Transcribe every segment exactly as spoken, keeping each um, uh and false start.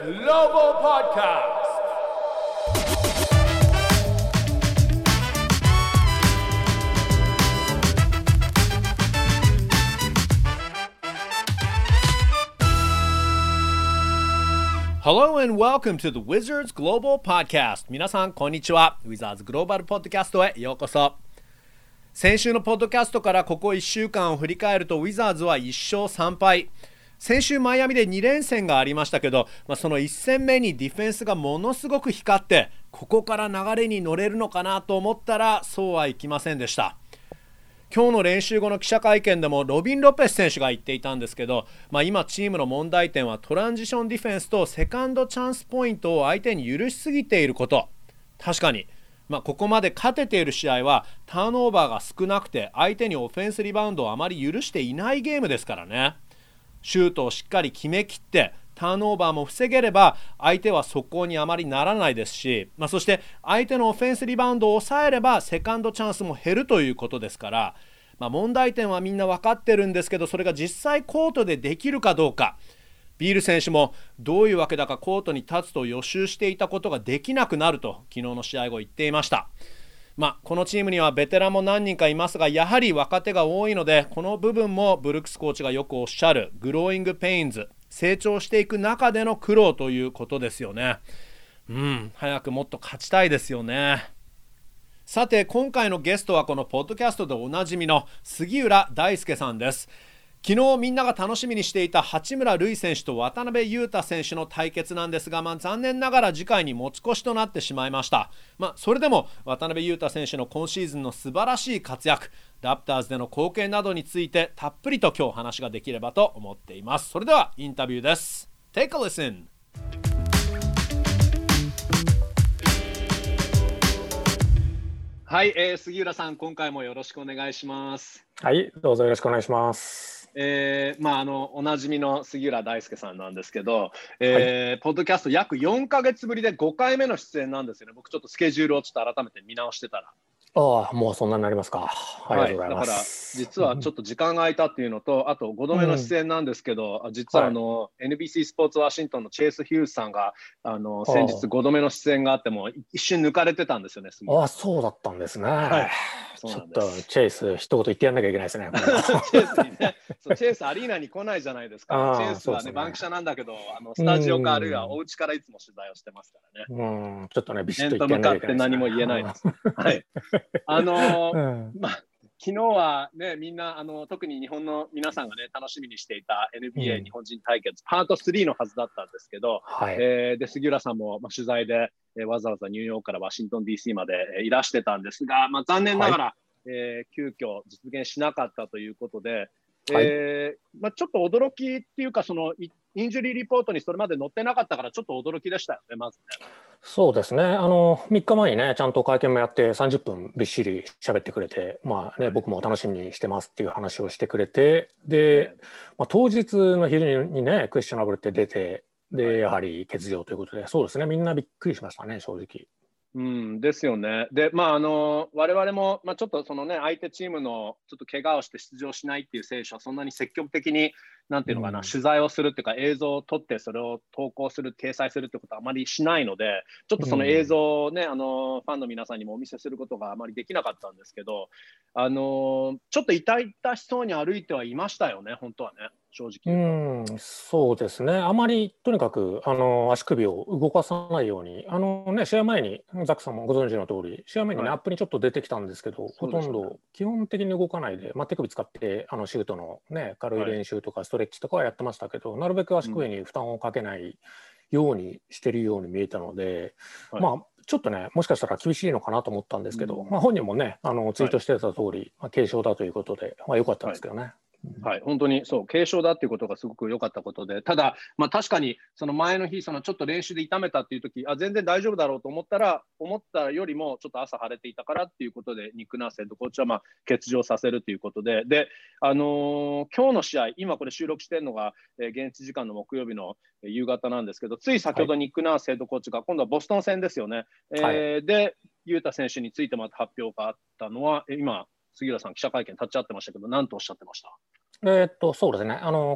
Global Podcast. Hello and welcome to the Wizards Global Podcast. 皆さんこんにちは。 Wizards Global Podcast へようこそ。先週のポッドキャストからここいっしゅうかんを振り返ると、ウィザーズはいっしょうさんぱい。先週マイアミでに連戦がありましたけど、まあ、そのいっ戦目にディフェンスがものすごく光って、ここから流れに乗れるのかなと思ったらそうはいきませんでした。今日の練習後の記者会見でもロビン・ロペス選手が言っていたんですけど、まあ、今チームの問題点はトランジションディフェンスとセカンドチャンスポイントを相手に許しすぎていること。確かに、まあ、ここまで勝てている試合はターンオーバーが少なくて相手にオフェンスリバウンドをあまり許していないゲームですからね。シュートをしっかり決めきってターンオーバーも防げれば相手は速攻にあまりならないですし、まあ、そして相手のオフェンスリバウンドを抑えればセカンドチャンスも減るということですから、まあ、問題点はみんな分かってるんですけど、それが実際コートでできるかどうか。ビール選手もどういうわけだかコートに立つと予習していたことができなくなると昨日の試合後言っていました。まあ、このチームにはベテランも何人かいますが、やはり若手が多いので、この部分もブルックスコーチがよくおっしゃるグローイングペインズ、成長していく中での苦労ということですよね。うん、早くもっと勝ちたいですよね。さて、今回のゲストはこのポッドキャストでおなじみの杉浦大輔さんです。昨日みんなが楽しみにしていた八村塁選手と渡邊雄太選手の対決なんですが、まあ、残念ながら次回に持ち越しとなってしまいました。まあ、それでも渡邊雄太選手の今シーズンの素晴らしい活躍、ラプターズでの貢献などについてたっぷりと今日話ができればと思っています。それではインタビューです。 Take a listen。はい、えー、杉浦さん、今回もよろしくお願いします。 はい、どうぞよろしくお願いします。 えーまあ、あのおなじみの杉浦大輔さんなんですけど、えーはい、ポッドキャスト約よんかげつぶりでごかいめの出演なんですよね。僕ちょっとスケジュールをちょっと改めて見直してたら、 ああ、もうそんなになりますか。ありがとうございます。 はい、だから実はちょっと時間が空いたっていうのと、あとごどめの出演なんですけど、うん、実はあの、はい、エヌビーシー スポーツワシントンのチェイス・ヒュースさんがあの先日ごどめの出演があっても一瞬抜かれてたんですよね。 ああ、そうだったんですね。はい、ちょっとチェイス一言言ってやんなきゃいけないですね。 チェイスにね、そうチェイスアリーナに来ないじゃないですか。チェイスはね、バンキシャなんだけど、あのスタジオかあるいはお家からいつも取材をしてますからね。 うん、ちょっとね、ビシッと言ってやんなきゃいけないですね。 面と向かって何も言えないです。はい。あのーうんまあ、昨日は、ね、みんなあの特に日本の皆さんが、ね、楽しみにしていた エヌビーエー 日本人対決、うん、パートスリーのはずだったんですけど、はい、えー、で杉浦さんも、まあ、取材で、えー、わざわざニューヨークからワシントン ディーシー まで、えー、いらしてたんですが、まあ、残念ながら、はい、えー、急遽実現しなかったということで、はい、えーまあ、ちょっと驚きっていうか、そのインジュリーリポートにそれまで載ってなかったからちょっと驚きでしたよね、まずね。 そうですね、あのみっかまえにね、ちゃんと会見もやってさんじゅっぷんびっしり喋ってくれて、まあね、僕も楽しみにしてますっていう話をしてくれて、で、まあ、当日の昼にね、クエスチョナブルって出て、でやはり欠場ということで、そうですね、みんなびっくりしましたね、正直。 うんですよね。で、まあ、あの我々も、まあ、ちょっとそのね、相手チームのちょっと怪我をして出場しないっていう選手はそんなに積極的になんていうのかな、うん、取材をするっていうか、映像を撮ってそれを投稿する、掲載するってことはあまりしないので、ちょっとその映像をね、うん、あのファンの皆さんにもお見せすることがあまりできなかったんですけど、あのちょっと痛々しそうに歩いてはいましたよね、本当はね。正直うん、そうですね、あまりとにかくあの足首を動かさないように、あの、ね、試合前に、ザックさんもご存知の通り、試合前に、ね、はい、アップにちょっと出てきたんですけど、ほとんど基本的に動かないで、まあ、手首使ってあのシュートの、ね、軽い練習とかストレッチとかはやってましたけど、はい、なるべく足首に負担をかけないようにしてるように見えたので、はい、まあちょっとね、もしかしたら厳しいのかなと思ったんですけど、うん、まあ、本人もね、あのツイートしてた通り、はい、まあ、軽傷だということで、まあ、良かったんですけどね。はい、 はい、本当にそう、軽傷だっていうことがすごく良かったことで、ただ、まあ、確かにその前の日、そのちょっと練習で痛めたっていう時、あ、全然大丈夫だろうと思ったら、思ったよりもちょっと朝晴れていたからっていうことで、ニック・ナースヘッドコーチはまあ欠場させるということで、で、あのー、今日の試合、今これ収録しているのが、えー、現地時間の木曜日の夕方なんですけど、つい先ほどニック・ナースヘッドコーチが、今度はボストン戦ですよね、はい、えー、で、雄太選手についてまた発表があったのは、今、杉浦さん、記者会見立ち会ってましたけど、何とおっしゃってました？ えーっとそうですね、あの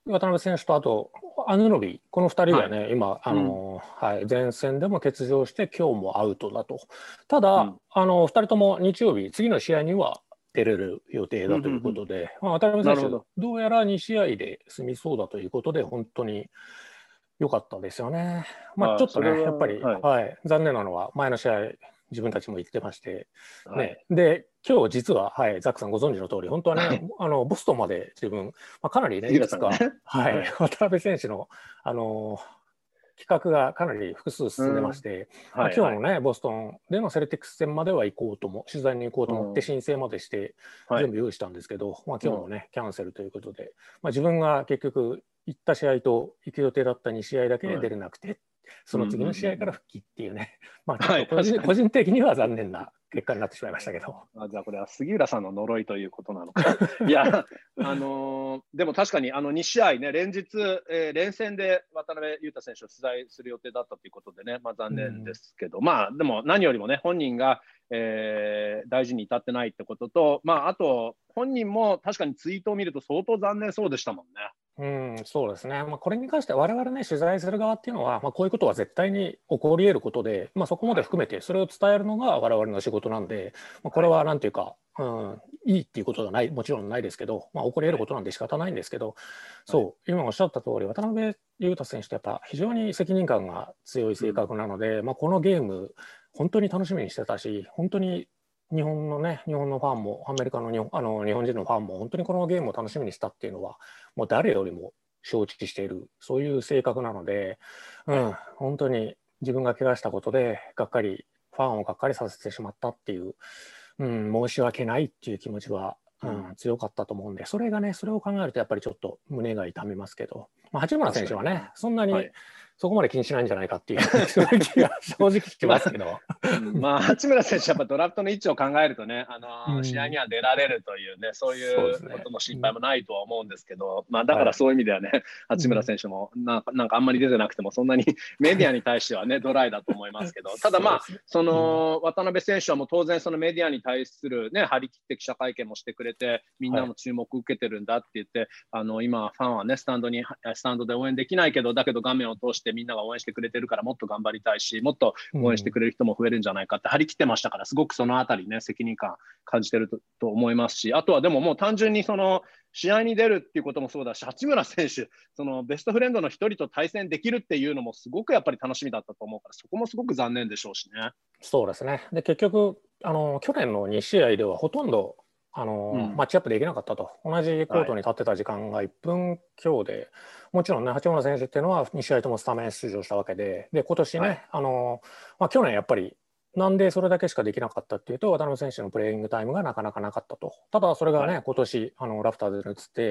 渡辺選手とあとアヌノビ、このふたりがね、はい、今あの、うん、はい、前線でも欠場して今日もアウトだと。ただ、うん、あのふたりとも日曜日次の試合には出れる予定だということで、うんうんうん、まあ、渡辺選手ど, どうやらに試合で済みそうだということで本当に良かったですよね。まあ、ちょっとねやっぱり、はいはい、残念なのは前の試合自分たちも言ってまして、はい、ね、で今日実は、はい、ザックさんご存知の通り本当はね、はい、あのボストンまで自分、まあ、かなりねいくつか、ねはいはい、渡辺選手の、あの企画がかなり複数進んでまして、まあ、今日のねボストンでのセルティックス戦までは行こうとも取材に行こうと思って申請までして全部用意したんですけど、はいまあ、今日もねキャンセルということで、まあ、自分が結局行った試合と行く予定だったに試合だけで出れなくて、はい、その次の試合から復帰っていうね、まあちょっと個人、はい、個人的には残念な結果になってしまいましたけど。 あじゃあこれは杉浦さんの呪いということなのか。いや、あのー、でも確かにあのに試合ね、連日、えー、連戦で渡辺裕太選手を取材する予定だったということでね、まあ、残念ですけど、うん、まあでも何よりもね、本人が、えー、大事に至ってないってことと、まああと本人も確かにツイートを見ると相当残念そうでしたもんね。 うん、そうですね、まあ、これに関しては我々ね取材する側っていうのは、まあ、こういうことは絶対に起こり得ることで、まあ、そこまで含めてそれを伝えるのが我々の仕事なんで、まあ、これはなんていうか、うん、いいっていうことはないもちろんないですけど、まあ、起こり得ることなんで仕方ないんですけど、そう今おっしゃった通り渡辺裕太選手ってやっぱ非常に責任感が強い性格なので、うんまあ、このゲーム本当に楽しみにしてたし本当に日本のね、日本のファンも、アメリカの日本、あの日本人のファンも、本当にこのゲームを楽しみにしたっていうのは、もう誰よりも承知している、そういう性格なので、うん、本当に自分が怪我したことで、がっかり、ファンをがっかりさせてしまったっていう、うん、申し訳ないっていう気持ちは、うん、強かったと思うんで、それがね、それを考えると、やっぱりちょっと胸が痛みますけど、まあ、八村選手はね、そんなに、はいそこまで気にしないんじゃないかっていう気が正直しますけど、 まあ、八村選手、やっぱドラフトの位置を考えるとね、あのーうん、試合には出られるというね、そういうことの心配もないとは思うんですけど、まあ、だからそういう意味ではね、はい、八村選手もなんか、なんかあんまり出てなくても、そんなにメディアに対してはね、ドライだと思いますけど、ただまあ、その渡辺選手はもう当然、そのメディアに対するね、張り切って記者会見もしてくれて、みんなの注目を受けてるんだって言って、はい、あの今、ファンはね、スタンドに、スタンドで応援できないけど、だけど画面を通してみんなが応援してくれてるからもっと頑張りたいしもっと応援してくれる人も増えるんじゃないかって張り切ってましたから、すごくそのあたりね責任感感じてる と, と思いますし、あとはでももう単純にその試合に出るっていうこともそうだし、八村選手そのベストフレンドの一人と対戦できるっていうのもすごくやっぱり楽しみだったと思うから、そこもすごく残念でしょうしね。 そうですね。で結局あの去年のに試合ではほとんどあの、うん、マッチアップできなかったと。同じコートに立ってた時間がいっぷん強で、はい、もちろんね八村選手っていうのはに試合ともスタメン出場したわけで、で今年ね、はい、あのまあ、去年やっぱりなんでそれだけしかできなかったっていうと渡辺選手のプレーイングタイムがなかなかなかったと。ただそれがね、はい、今年あのラフターズに移って、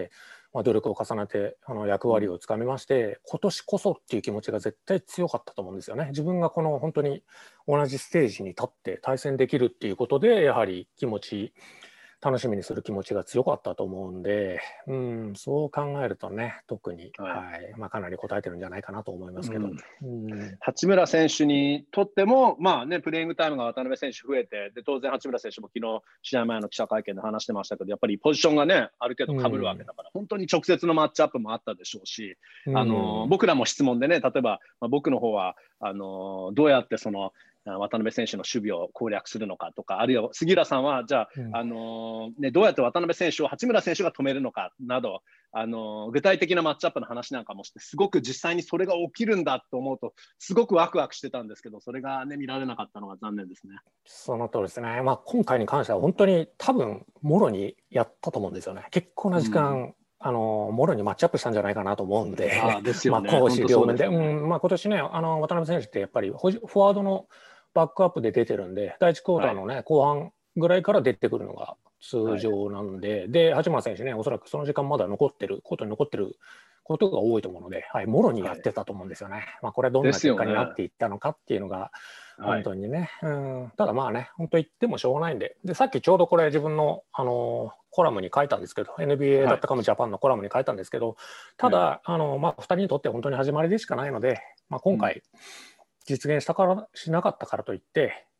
まあ、努力を重ねてあの役割をつかみまして、うん、今年こそっていう気持ちが絶対強かったと思うんですよね。自分がこの本当に同じステージに立って対戦できるっていうことでやはり気持ち楽しみにする気持ちが強かったと思うんで、うん、そう考えるとね特に、はいはいまあ、かなり応えてるんじゃないかなと思いますけど、 うんうん、八村選手にとっても、まあね、プレーイングタイムが渡辺選手増えて、で当然八村選手も昨日試合前の記者会見で話してましたけど、やっぱりポジションがねある程度被るわけだから、うん、本当に直接のマッチアップもあったでしょうし、うん、あの僕らも質問でね、例えば、まあ、僕の方はあのどうやってその渡辺選手の守備を攻略するのかとか、あるいは杉浦さんはじゃあ、うんあのね、どうやって渡辺選手を八村選手が止めるのかなど、あの具体的なマッチアップの話なんかもして、すごく実際にそれが起きるんだと思うとすごくワクワクしてたんですけど、それが、ね、見られなかったのが残念ですね。 その通りですね、まあ、今回に関しては本当に多分もろにやったと思うんですよね。結構な時間、うんあのもろにマッチアップしたんじゃないかなと思うんで、あですよね、まあ攻守両面で、で、ねうんまあ、今年ねあの渡辺選手ってやっぱりフォワードのバックアップで出てるんで、第一クォーターのね、はい、後半ぐらいから出てくるのが通常なんで、はい、で八村選手ねおそらくその時間まだ残ってるコートに残ってることが多いと思うので、はい、もろにやってたと思うんですよね。はいまあ、これはどんな結果になっていったのかっていうのが本当にね、はい、うんただまあね本当言ってもしょうがないんで、でさっきちょうどこれ自分のあのコラムに書いたんですけど エヌビーエー だったかもジャパンのコラムに書いたんですけど、はい、ただあの、まあ、ふたりにとって本当に始まりでしかないので、まあ、今回実現したからしなかったからといって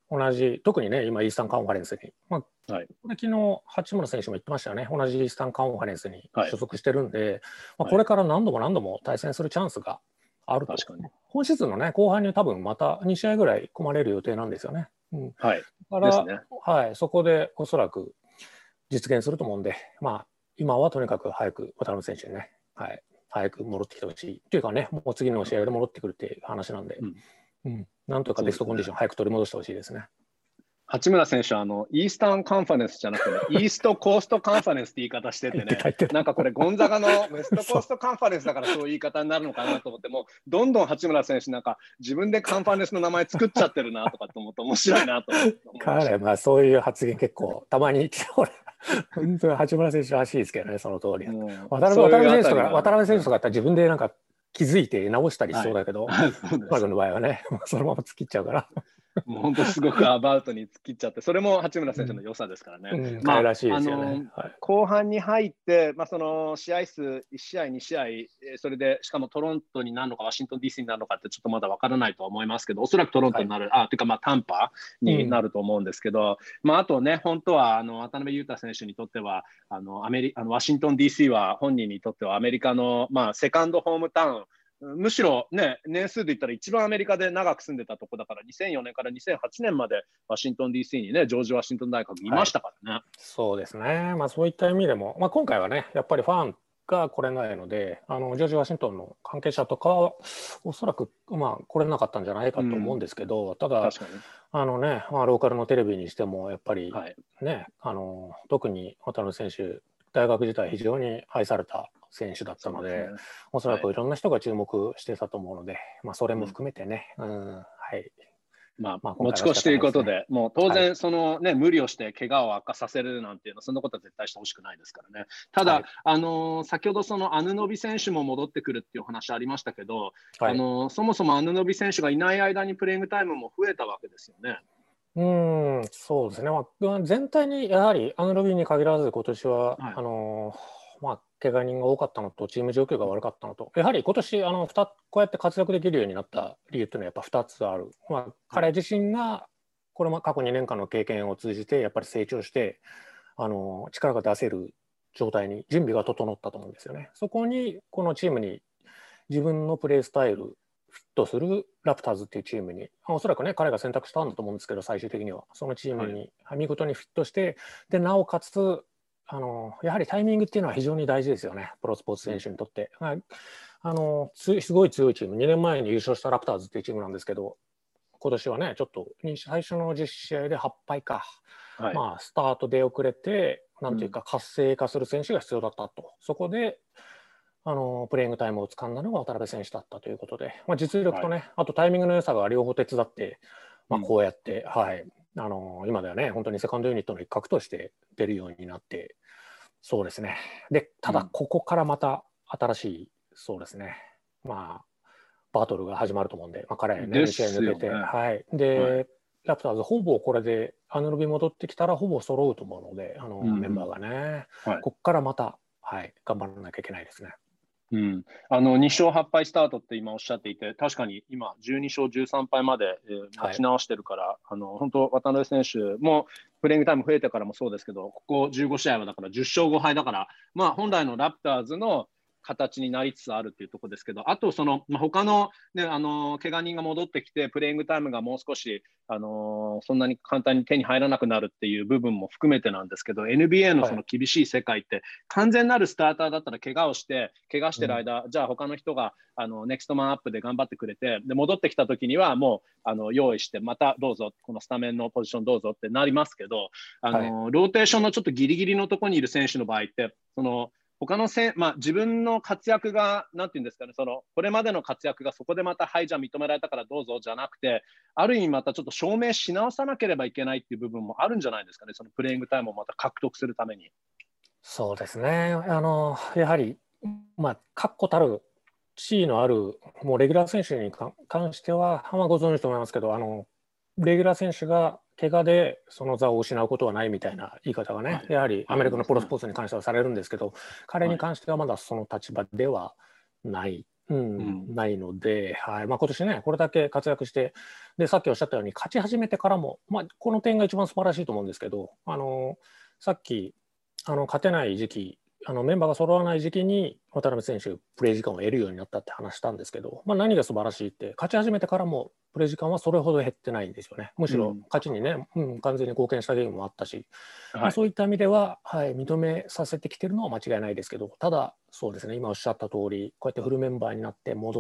同じ、特にね、今、イースタンカンファレンスに、まあ、 はい、 これ昨日、八村選手も言ってましたよね、同じイースタンカンファレンスにはい、 所属してるんで、まあ、 はいこれから何度も何度も対戦するチャンスがあると、 確かに。 今シーズンの、ね、後半に多分またに試合ぐらい組まれる予定なんですよね。うん、 はい。 だから、 ですね。 はい、そこでおそらく実現すると思うんで、まあ、今はとにかく早く渡辺選手にね、はい、早く戻ってきてほしいというかね、もう次の試合で戻ってくるっていう話なんで、 うんうん、なんとかベストコンディション早く取り戻してほしいですね。 八村選手はあのイースタンカンファレンスじゃなくて、ね、イーストコーストカンファレンスって言い方しててね、なんかこれ、ゴンザガのウエストコーストカンファレンスだからそういう言い方になるのかなと思って、もうどんどん八村選手、なんか自分でカンファレンスの名前作っちゃってるなとかと思って面白いなと思って。 彼、まあそういう発言結構たまに本当に八村選手らしいですけどね、その通り。渡辺選手とか、渡辺選手とかだったら自分でなんか気づいて直したりしそうだけど、彼の場合はね、そのまま突っ切っちゃうから。 もう本当すごくアバウトに突っ切っちゃって、それも八村選手の良さですからね。 うんうん、まあ、らしいですよね。 はい、後半に入って、まあ、その試合数いち試合、に試合、それでしかもトロントになるのかワシントン ディーシー になるのかってちょっとまだ分からないとは思いますけど、おそらくトロントになる、はい、あというかまあタンパになると思うんですけど、うん、まあ、あとね、本当はあの渡邊雄太選手にとってはあのアメリあのワシントン ディーシー は本人にとってはアメリカの、まあ、セカンドホームタウン、むしろね、年数で言ったら一番アメリカで長く住んでたとこだから、にせんよねんからにせんはちねんまでワシントン ディーシー にね、ジョージ・ワシントン大学いましたからね。はい、 そうですね、まあ、そういった意味でも、まあ、今回はね、やっぱりファンが来れないので、あのジョージ・ワシントンの関係者とかは、おそらく、まあ、来れなかったんじゃないかと思うんですけど、うん、ただ、あのね、まあ、ローカルのテレビにしても、やっぱりね、はい、あの特に渡辺選手、大学時代、非常に愛された選手だったので、ね、おそらくいろんな人が注目してたと思うので、はい、まあ、それも含めてね、うん、はい。 まあ、まあ、持ち越しということで、もう当然その、ね、はい、無理をして怪我を悪化させるなんていうのは、そんなことは絶対してほしくないですからね。ただ、はい、あの先ほどそのアヌノビ選手も戻ってくるっていう話ありましたけど、はい、あのそもそもアヌノビ選手がいない間にプレイングタイムも増えたわけですよね。 うん、そうですね、まあ、全体にやはりアヌノビに限らず、今年は、はい、あのまあ、怪我人が多かったのと、チーム状況が悪かったのと、やはり今年あのこうやって活躍できるようになった理由っていうのはやっぱふたつある。まあ、彼自身がこれも過去にねんかんの経験を通じてやっぱり成長してあの力が出せる状態に準備が整ったと思うんですよね。そこにこのチームに自分のプレースタイルフィットするラプターズっていうチームに、おそらくね彼が選択したんだと思うんですけど、最終的にはそのチームに見事にフィットして、でなおかつあのやはりタイミングっていうのは非常に大事ですよね、プロスポーツ選手にとって。うん、あのすごい強いチーム、にねんまえに優勝したラプターズっていうチームなんですけど、今年はねちょっと最初のじゅっ試合ではち敗か、はい、まあスタート出遅れて、なんていうか活性化する選手が必要だったと、うん、そこであのプレイングタイムを掴んだのが渡辺選手だったということで、まあ、実力とね、はい、あとタイミングの良さが両方手伝って、まあ、こうやって、うん、はい、あの今ではね本当にセカンドユニットの一角として出るようになって、そうですね。でただここからまた新しい、そうですね、まあバトルが始まると思うんで、まあ、彼ねに試合抜けて、はい、で、はい、ラプターズほぼこれでアヌノビ戻ってきたらほぼ揃うと思うので、あの、うんうん、メンバーがね、はい、ここからまた、はい、頑張らなきゃいけないですね。 うん、あのに勝はち敗スタートって今おっしゃっていて、確かに今じゅうに勝じゅうさん敗まで、えー、持ち直してるから、はい、あの本当渡辺選手もプレイングタイム増えてからもそうですけど、ここじゅうご試合はだからじゅっ勝ご敗だから、まあ、本来のラプターズの形になりつつあるっていうところですけど、あとその、まあ、他のね、あの怪我人が戻ってきてプレイングタイムがもう少し、あのー、そんなに簡単に手に入らなくなるっていう部分も含めてなんですけど、 エヌビーエー のその厳しい世界って、はい、完全なるスターターだったら怪我をして怪我してる間、うん、じゃあ他の人があのネクストマンアップで頑張ってくれて、で戻ってきた時にはもうあの用意してまたどうぞこのスタメンのポジションどうぞってなりますけど、あの、はい、ローテーションのちょっとギリギリのところにいる選手の場合ってその他のせ、まあ、自分の活躍がなんていうんですかね、そのこれまでの活躍がそこでまたはいじゃあ認められたからどうぞじゃなくて、ある意味またちょっと証明し直さなければいけないっていう部分もあるんじゃないですかね、そのプレイングタイムをまた獲得するために。 そうですね、あのやはりまあ確固たる地位のあるもうレギュラー選手に関しては、まあ、ご存知と思いますけど、あのレギュラー選手が怪我でその座を失うことはないみたいな言い方がね、はい、やはりアメリカのプロスポーツに関してはされるんですけど、はい、彼に関してはまだその立場ではないうんうん、 ないので、はいまあ、今年ね、これだけ活躍して、でさっきおっしゃったように、勝ち始めてからも、まあ、この点が一番素晴らしいと思うんですけど、あのさっきあの勝てない時期、あのメンバーが揃わない時期に渡辺選手、プレー時間を得るようになったって話したんですけど、まあ、何が素晴らしいって、勝ち始めてからもプレー時間はそれほど減ってないんですよね。むしろうん、 勝ちにね、うん、完全に貢献したゲームもあったし、まあ、 はい、 そういった意味では、はい、認めさせてきてるのは間違いないですけど、ただ、そうですね、今おっしゃった通り、こうやってフルメンバーになって戻って、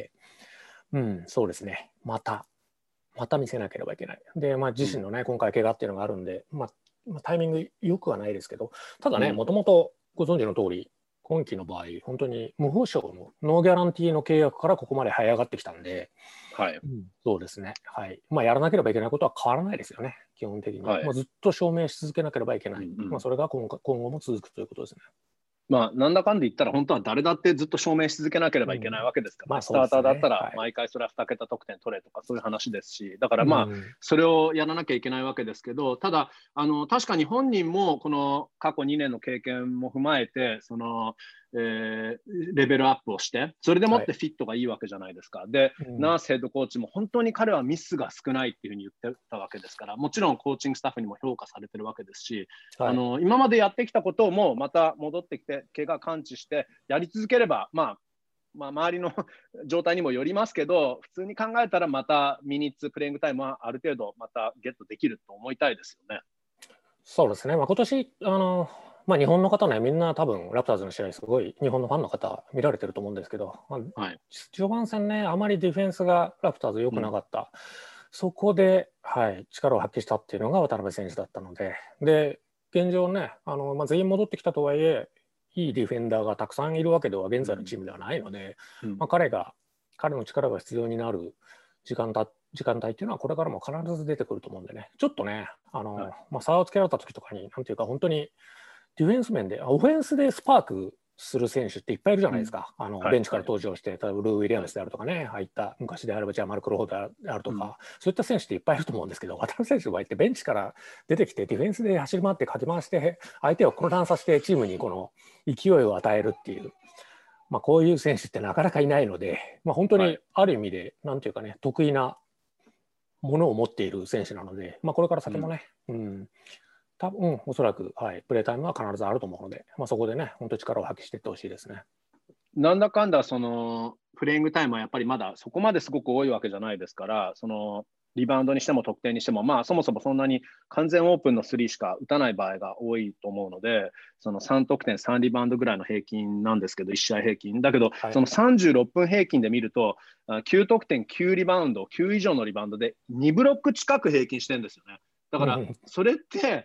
うん、そうですね、また、また見せなければいけない。で、まあ、 うん、 自身のね、今回、怪我っていうのがあるんで、まあ、まあ、タイミング良くはないですけど、ただね、 うん、 もともとご存知の通り、今期の場合、本当に無保証のノーギャランティーの契約からここまで這い上がってきたんで、 はい、 うん、そうですね。はい。まあ、やらなければいけないことは変わらないですよね。基本的に。 はい、 まあ、ずっと証明し続けなければいけない。 うん、うまあ、 ん。 それが今後、今後も続くということですね。 まあ、なんだかんで言ったら、本当は誰だってずっと証明し続けなければいけないうん。 わけですからね。 まあ、 スタータそうですね。 ーだったら、 はい。 毎回それはに桁得点取れとか、そういう話ですし、だからまあ、 うん。 それをやらなきゃいけないわけですけど、ただ、あの確かに本人も、この過去にねんの経験も踏まえて、その、えーレベルアップをして、それでもはい。 ってフィットがいいわけじゃないですか。で、 うん。 ナースヘッドコーチも本当に彼はミスが少ないっていうふうに言ってたわけですから、もちろんコーチングスタッフにも評価されてるわけですし、あはい。 の今までやってきたこともまた戻ってきて、怪我完治してやり続ければ、まあ、まあ、周りの状態にもよりますけど、普通に考えたらまたミニッツ、プレイングタイムはある程度またゲットできると思いたいですよね。 そうですね。まあ、今年、あの、まあ、日本の方ね、みんな多分、ラプターズの試合、すごい日本のファンの方、見られてると思うんですけど、まあ、 はい。 序盤戦ね、あまりディフェンスがラプターズ良くなうん。 かった。そこで、はい、力を発揮したっていうのが渡辺選手だったので、で、現状ね、あのまあ、全員戻ってきたとはいえ、いいディフェンダーがたくさんいるわけでは現在のチームではないので、 うん。 まあ、彼が、彼の力が必要になる時間だ時間帯っていうのはこれからも必ず出てくると思うんでね、ちょっとね、あの、 はい。 まあ、差をつけられた時とかに、なんていうか、本当にディフェンス面で、オフェンスでスパークする選手っていっぱいいるじゃうん。 ないですか。あのはい。 ベンチからはい。 登場して、例えばルー・ウィリアはい。 ムスであるとかね、ああいった昔であればジャーマル・クロフォードであるとうん。 か、そういった選手っていっぱいいると思うんですけど、渡辺選手の場合ってベンチから出てきて、ディフェンスで走り回って、かき回して、相手を混乱させて、チームにこの勢いを与えるっていう、まあ、こういう選手ってなかなかいないので、まあ、本当はい。 にある意味で、なんていうかね、得意なものを持っている選手なので、まあ、これからうん。 先もね、うん、多分おそらく、はい、プレータイムは必ずあると思うので、まあ、そこでね、本当に力を発揮していってほしいですね。 なんだかんだ、その、プレイングタイムはやっぱりまだそこまですごく多いわけじゃないですから、その、リバウンドにしても得点にしても、まあ、そもそもそんなに完全オープンのスリーしか打たない場合が多いと思うので、そのさん得点、さんリバウンドぐらいの平均なんですけど、いち試合平均。だけど、 はい。 そのさんじゅうろっぷん平均で見ると、きゅう得点、きゅうリバウンド、きゅう以上のリバウンドでにブロック近く平均してるんですよね。だから、それって、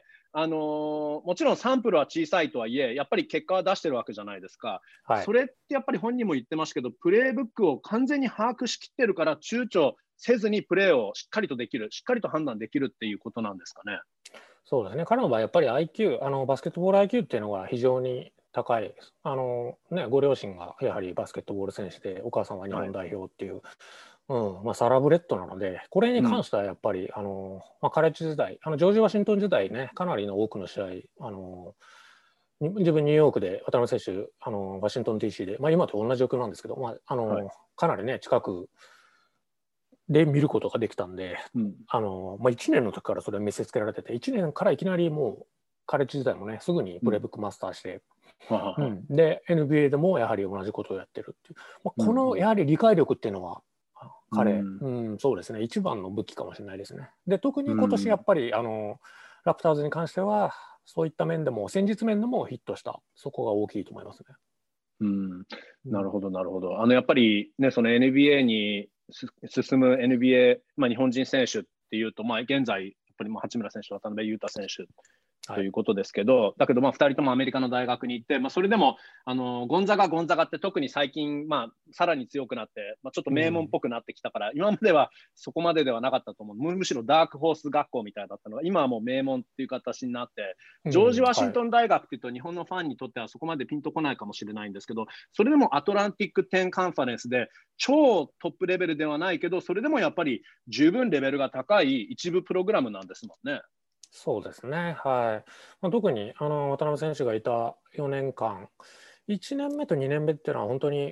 あのーもちろんサンプルは小さいとはいえ、やっぱり結果は出してるわけじゃないですか。 はい。 それってやっぱり本人も言ってましたけど、プレーブックを完全に把握しきってるから、躊躇せずにプレーをしっかりとできる、しっかりと判断できるっていうことなんですかね。 そうですね。彼の場合、やっぱり アイキュー、あのバスケットボール アイキュー っていうのが非常に高い。あのね、ご両親がやはりバスケットボール選手で、お母さんは日はい。 本代表っていう、うんまあ、サラブレッドなので、これにうん。 関してはやっぱり、あのまあ、カレッジ時代、あのジョージ・ワシントン時代ね、かなりの多くの試合、あの自分ニューヨークで渡辺選手、あのワシントン ディーシー で、まあ、今と同じ状況なんですけど、まあ、あはい。 のかなりね、近くで見ることができたんで、 うん。 あのまあ、いちねんの時からそれを見せつけられてて、いちねんからいきなりもう、カレッジ時代もね、すぐにうん。 プレイブックマスターして、 ははは。 うん、で、エヌビーエー でもやはり同じことをやってるっていう、まあ、 うん。うこのん。 やはり理解力っていうのは、彼、 うん。 うん、そうですね、一番の武器かもしれないですね。で、特うに今年やっん。 ぱり、あのラプターズに関しては、そういった面でも、戦術面でもヒットした、そこが大きいと思いますね。 うん。 うん、 なるほど、なるほど。あの、やっぱりね、その エヌビーエー に進む エヌビーエー、まあ、日本人選手っていうと、まあ、現在、やっぱりもう八村選手、渡辺裕太選手はい。 ということですけど、だけど、まあ、ふたりともアメリカの大学に行って、まあ、それでも、あの、ゴンザガ、ゴンザガって特に最近、まあ、さらに強くなって、まあ、ちょっと名門っうん、 ぽくなってきたから、今まではそこまでではなかったと思う。むむしろダークホース学校みたいだったのが、今はもう名門っていう形になって、ジョージ・うん、 ワシはい。 ントン大学っていうと、日本のファンにとってはそこまでピンとこないかもしれないんですけど、それでもアトランティックテンカンファレンスで、超トップレベルではないけど、それでもやっぱり十分レベルが高い一部プログラムなんですもんね。 そうですね。はい。まあ、特にあの渡辺選手がいたよねんかん、いちねんめとにねんめっていうのは本当に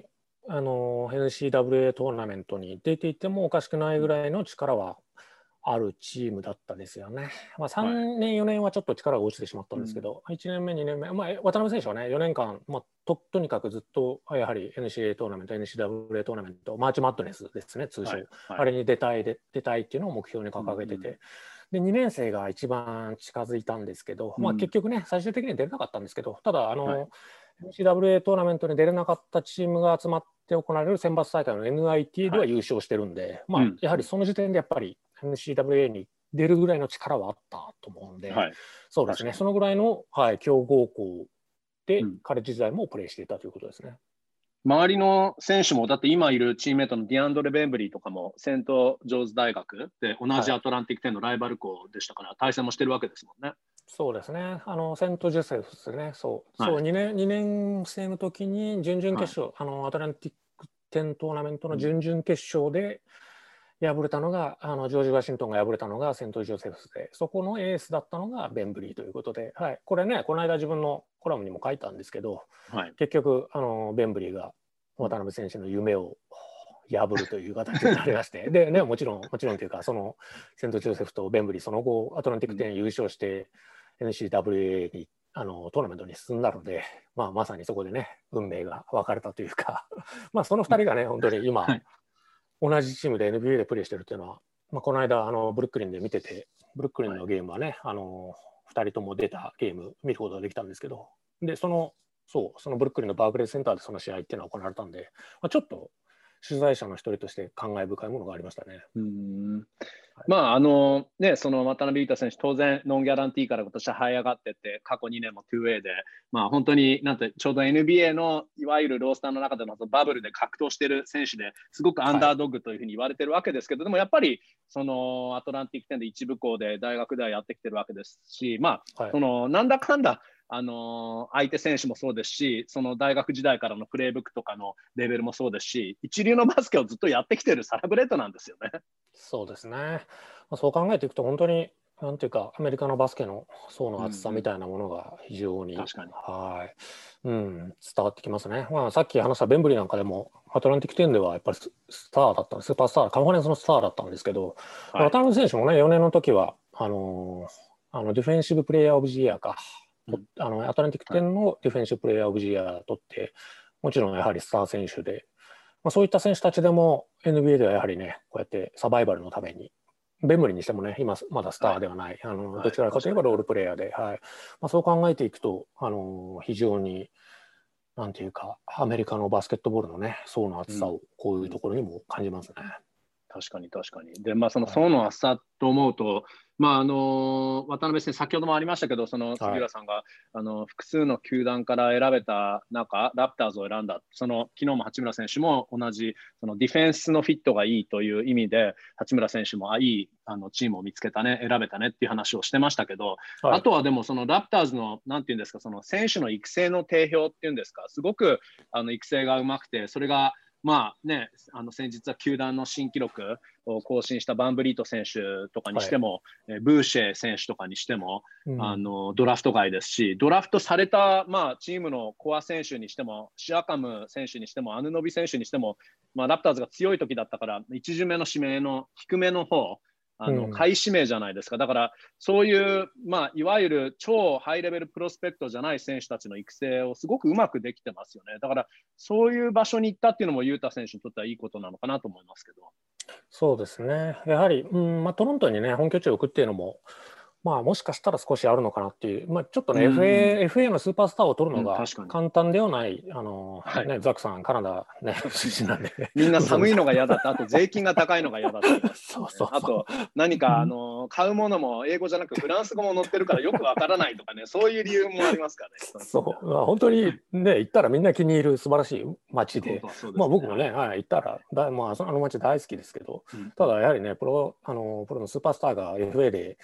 あの エヌシーダブリューエー トーナメントに出ていてもおかしくないぐらいの力はあるチームだったですよね。まあ、さんねん、よねんはちょっと力が落ちてしまったんですけど、うん、いちねんめ、にねんめ、まあ、渡辺選手はね、よねんかん、まあ、と, とにかくずっとやはり エヌシーエー トーナメント、エヌシーダブリューエー トーナメント、マーチマッドネスですね、通称、はいはい、あれに出たいで、出たいっていうのを目標に掲げてて、うんうん、でにねん生が一番近づいたんですけど、うん、まあ、結局ね、最終的には出れなかったんですけど、ただ、あの、はい、エヌシーダブリューエー トーナメントに出れなかったチームが集まって行われる選抜大会の エヌアイティー では優勝してるんで、はい、まあ、やはりその時点でやっぱり エヌシーダブリューエー に出るぐらいの力はあったと思うんで、はい、そうですね、そのぐらいの、はい、強豪校で、カレッジ時代もプレーしていたということですね。 周りの選手も、だって今いるチームメートのディアンドレ・ベンブリーとかも、セント・ジョーズ大学で同じアトランティックテンのライバル校でしたから、はい、対戦もしてるわけですもんね。 そうですね、あのセント・ジョセフですね、そう、はい、そう 2, 年にねん生の時に準々決勝、はい、あのアトランティックテントーナメントの準々決勝で、敗れたのが、あのジョージ・ワシントンが敗れたのがセント・ジョセフスで、そこのエースだったのがベンブリーということで、はい、これね、この間自分のコラムにも書いたんですけど、はい、結局あの、ベンブリーが渡辺選手の夢を破るという形になりまして、で、ね、もちろん、もちろんというか、そのセント・ジョセフとベンブリー、その後、アトランティックテン優勝して、エヌシーダブリューエー にあのトーナメントに進んだので、まあ、まさにそこでね、運命が分かれたというか、まあそのふたりがね、本当に今、はい、同じチームで エヌビーエー でプレーしてるっていうのは、まあ、この間あのブルックリンで見てて、ブルックリンのゲームはね、はい、あのふたりとも出たゲーム見ることができたんですけど、でそのそうそのブルックリンのバークレーセンターでその試合っていうのが行われたんで、まあ、ちょっと取材者の一人として感慨深いものがありましたね。 うーん、はい、まああのね、その渡辺裕太選手、当然ノンギャランティーから今年は這い上がってって、過去にねんも ツーエー で、まあ本当になんてちょうど エヌビーエー のいわゆるロースターの中でのバブルで格闘している選手ですごくアンダードッグというふうに言われてるわけですけど、はい、でもやっぱりそのアトランティックテンで一部校で大学ではやってきてるわけですし、まあ、はい、そのなんだかんだあの相手選手もそうですし、その大学時代からのプレーブックとかのレベルもそうですし、一流のバスケをずっとやってきているサラブレッドなんですよね。 そうですね、まあ、そう考えていくと本当になんていうかアメリカのバスケの層の厚さみたいなものが非常に、 うんうん、確かに、 はい、うん、伝わってきますね。まあ、さっき話したベンブリーなんかでもアトランティックテンではやっぱりスターだったんです、スーパースター、カンファレンスのスターだったんですけど、はい、渡辺選手もね、よねんの時はあのー、あのディフェンシブプレイヤーオブジイヤーか、うん、あのアトランティックテンのディフェンシブプレイヤーオブジイヤーを取って、もちろんやはりスター選手で、まあ、そういった選手たちでも エヌビーエー ではやはりね、こうやってサバイバルのために、ベンブリーにしてもね、今まだスターではない、はい、あのどちらかといえばロールプレイヤーで、はい、まあ、そう考えていくと、あの非常になんていうか、アメリカのバスケットボールのね、層の厚さをこういうところにも感じますね。うん、 確かに確かに。で、まあ、その層の厚さと思うと、はい、まあ、あの渡辺選手、先ほどもありましたけど、その杉浦さんが、はい、あの複数の球団から選べた中、ラプターズを選んだ、その昨日も八村選手も同じそのディフェンスのフィットがいいという意味で、八村選手もあいいあのチームを見つけたね、選べたねっていう話をしてましたけど、はい、あとはでも、そのラプターズの、なんていうんですか、その選手の育成の定評っていうんですか、すごくあの育成がうまくて、それがまあね、あの先日は球団の新記録を更新したバンブリート選手とかにしても、はい、ブーシェ選手とかにしても、うん、あのドラフト外ですし、ドラフトされた、まあ、チームのコア選手にしても、シアカム選手にしても、アヌノビ選手にしても、まあ、ラプターズが強い時だったから、いち巡目の指名の低めの方、あの下位指名じゃないですか。だからそういう、まあ、いわゆる超ハイレベルプロスペクトじゃない選手たちの育成をすごくうまくできてますよね。だからそういう場所に行ったっていうのもユータ選手にとってはいいことなのかなと思いますけど。 そうですね、やはり、うんまあ、トロントにね本拠地を置くっていうのも、まあ、もしかしたら少しあるのかなっていう、まあ、ちょっとね、うんうん、エフエー、エフエー のスーパースターを取るのが簡単ではない、うん、あのね、はい、ザックさん、カナダ、ね、出身なんで、 みんな寒いのが嫌だった、あと税金が高いのが嫌だった、ね、そうそうそう、あと何かあの買うものも英語じゃなくフランス語も載ってるからよくわからないとかね、そういう理由もありますからね。 そう、まあ、本当にね、行ったらみんな気に入る素晴らしい街で、そうそうそうですね、まあ、僕もね、はい、行ったらだ、まあ、あの街大好きですけど、うん、ただやはりね、プロ、あのプロのスーパースターが エフエー で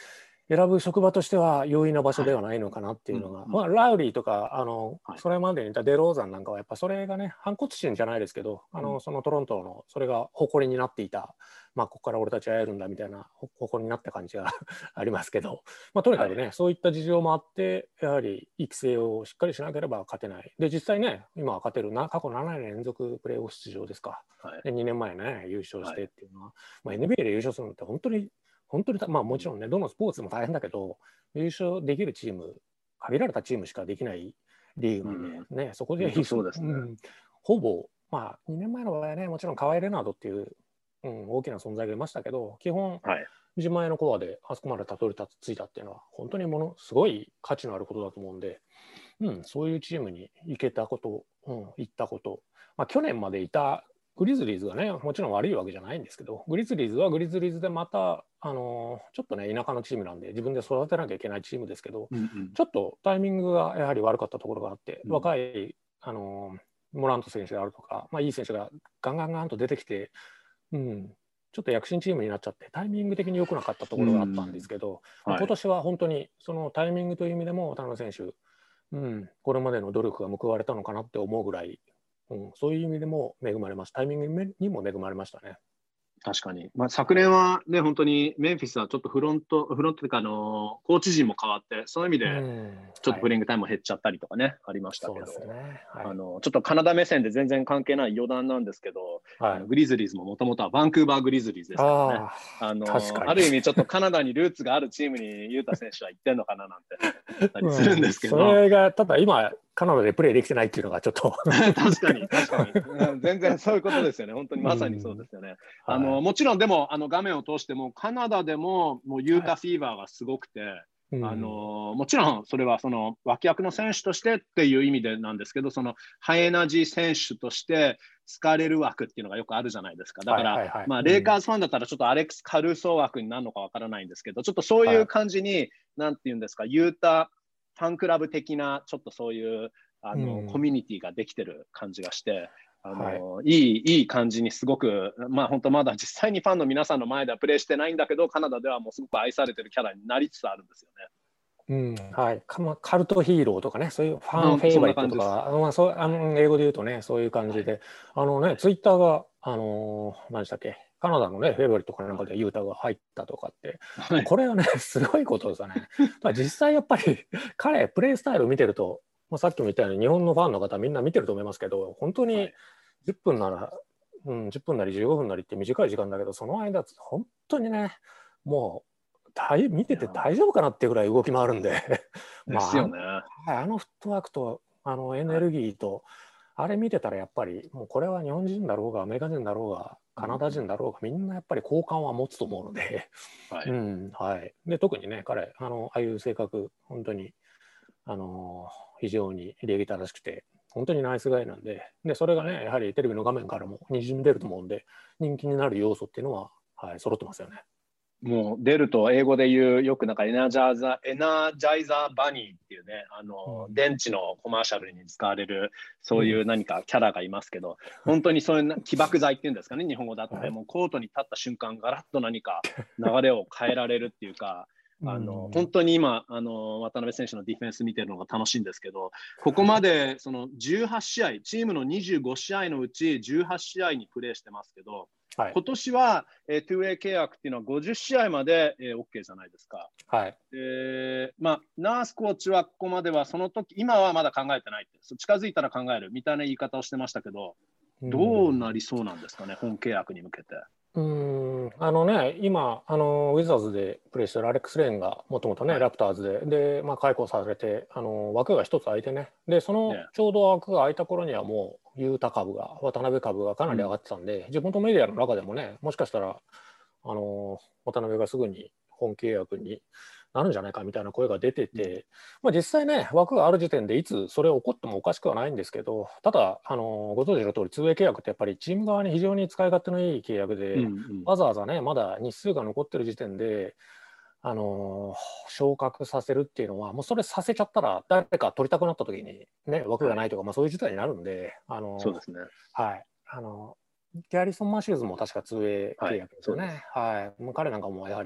選ぶ職場としては容易な場所ではないのかなっていうのが、 はい、 まあ、ラウリーとかあの、 はい、 それまでにいたデローザンなんかはやっぱそれがね反骨心じゃないですけど、あのそのトロントのそれが誇りになっていた、まあ、ここから俺たちはやるんだみたいな誇りになった感じがありますけど、まあ、とにかくね、はい、そういった事情もあってやはり育成をしっかりしなければ勝てない。で実際ね今は勝てるな、過去ななねん連続プレーオフ出場ですか、はい、でにねんまえね優勝してっていうのは、はい、まあ、エヌビーエー で優勝するのって本当に本当にまあもちろんねどのスポーツでも大変だけど優勝できるチーム限られたチームしかできないリーグなんで、うん、ねそこでそうですね、うん、 ほぼまあにねんまえの場合はねもちろんカワイ・レナードっていう、うん、大きな存在がいましたけど基本、はい、自前のコアであそこまでたどり着いたっていうのは本当にものすごい価値のあることだと思うんで、うん、そういうチームに行けたこと、うん、行ったこと、まあ、去年までいたグリズリーズがねもちろん悪いわけじゃないんですけど、グリズリーズはグリズリーズでまた、あのー、ちょっとね田舎のチームなんで自分で育てなきゃいけないチームですけど、うんうん、ちょっとタイミングがやはり悪かったところがあって、うん、若い、あのー、モラント選手であるとか、まあ、いい選手がガンガンガンと出てきて、うん、ちょっと躍進チームになっちゃってタイミング的に良くなかったところがあったんですけど、うんはいまあ、今年は本当にそのタイミングという意味でも渡辺選手、うん、これまでの努力が報われたのかなって思うぐらい、うん、そういう意味でも恵まれました。タイミングにも恵まれましたね。 確かに、まあ、昨年はね本当にメンフィスはちょっとフロントフロントというかあのコーチ陣も変わってそういう意味でちょっとプレイングタイムも減っちゃったりとかね、はい、ありましたけど、そうですねはい、あのちょっとカナダ目線で全然関係ない余談なんですけど、はい、あのグリズリーズももともとはバンクーバーグリズリーズですからね、あのある意味ちょっとカナダにルーツがあるチームにユータ選手は行ってんのかななんて思ったりするんですけど、 うん、それがただ今カナダでプレーできてないっていうのがちょっと確かに確かに全然そういうことですよね。本当にまさにそうですよね、うん、あの、はい、もちろんでもあの画面を通してもカナダでももうユータフィーバーがすごくて、はいあのもちろんそれはその脇役の選手としてっていう意味でなんですけど、そのハイエナジー選手として使れる枠っていうのがよくあるじゃないですか。だから、はいはいはい、まあ、レイカーズファンだったらちょっとアレックス・カルーソー枠になるのかわからないんですけど、ちょっとそういう感じに、はい、なんていうんですか、ユータファンクラブ的なちょっとそういうあの、うん、コミュニティができてる感じがしてあの、はい、いいいい感じにすごくまあ本当まだ実際にファンの皆さんの前ではプレーしてないんだけどカナダではもうすごく愛されてるキャラになりつつあるんですよね。 うんはい、カルトヒーローとかねそういうファンフェイバリットとか、まあ、そうあの英語で言うとねそういう感じで、はい、あのねツイッターがあの何でしたっけカナダのねフェイバリットかなんかでユータが入ったとかって、はい、これはねすごいことですよね。実際やっぱり彼プレースタイル見てると、まあ、さっきも言ったように日本のファンの方みんな見てると思いますけど本当にじゅっぷんなら、うん、じゅっぷんなりじゅうごふんなりって短い時間だけどその間本当にねもう見てて大丈夫かなっていうぐらい動き回るんでまあ、ですよね、 あのフットワークとあのエネルギーと、はい、あれ見てたらやっぱりもうこれは日本人だろうがアメリカ人だろうがカナダ人だろうが、うん、みんなやっぱり好感は持つと思うので、はいうんはい、で特にね彼あのああいう性格本当にあの非常に礼儀正しくて本当にナイスガイなんで、でそれがねやはりテレビの画面からもにじみ出ると思うんで人気になる要素っていうのは、はい、揃ってますよね。 もう出ると英語で言うよくなんかエナジャーザエナジャイザーバニーっていうねあの、うん、電池のコマーシャルに使われるそういう何かキャラがいますけど、うん、本当にそういう起爆剤っていうんですかね日本語だと、はい、もうコートに立った瞬間ガラッと何か流れを変えられるっていうかあの、うん、本当に今あの渡辺選手のディフェンス見てるのが楽しいんですけどここまでそのじゅうはちしあいチームのにじゅうごしあいのうちじゅうはちしあいにプレーしてますけどはい、今年は、えー、ツーウェイ契約っていうのはごじゅっしあいまで、えー、OK じゃないですか。 はい。 えー、まあ、ナースコーチはここまではその時、今はまだ考えてないって、近づいたら考えるみたいな言い方をしてましたけど、どうなりそうなんですかね、本契約に向けて。 うーんあのね、今あのウィザーズでプレーしてるアレックス・レーンがもともとね、はい、ラプターズでで、まあ、解雇されてあの枠が一つ空いてねでそのちょうど枠が空いた頃にはもうユータ株が渡辺株がかなり上がってたんで、うん、地元メディアの中でもねもしかしたらあの渡辺がすぐに本契約になるんじゃないかみたいな声が出てて、まあ、実際ね枠がある時点でいつそれ起こってもおかしくはないんですけどただあのご存知の通りツーウェイ契約ってやっぱりチーム側に非常に使い勝手のいい契約で、うんうん、わざわざねまだ日数が残ってる時点であの昇格させるっていうのはもうそれさせちゃったら誰か取りたくなった時にね枠がないとか、はいまあ、そういう事態になるんであのそうですねはいあのギャリソン・マシューズも確かツーウェイ契約ですよね。はい、はい、もう彼なんかもやはり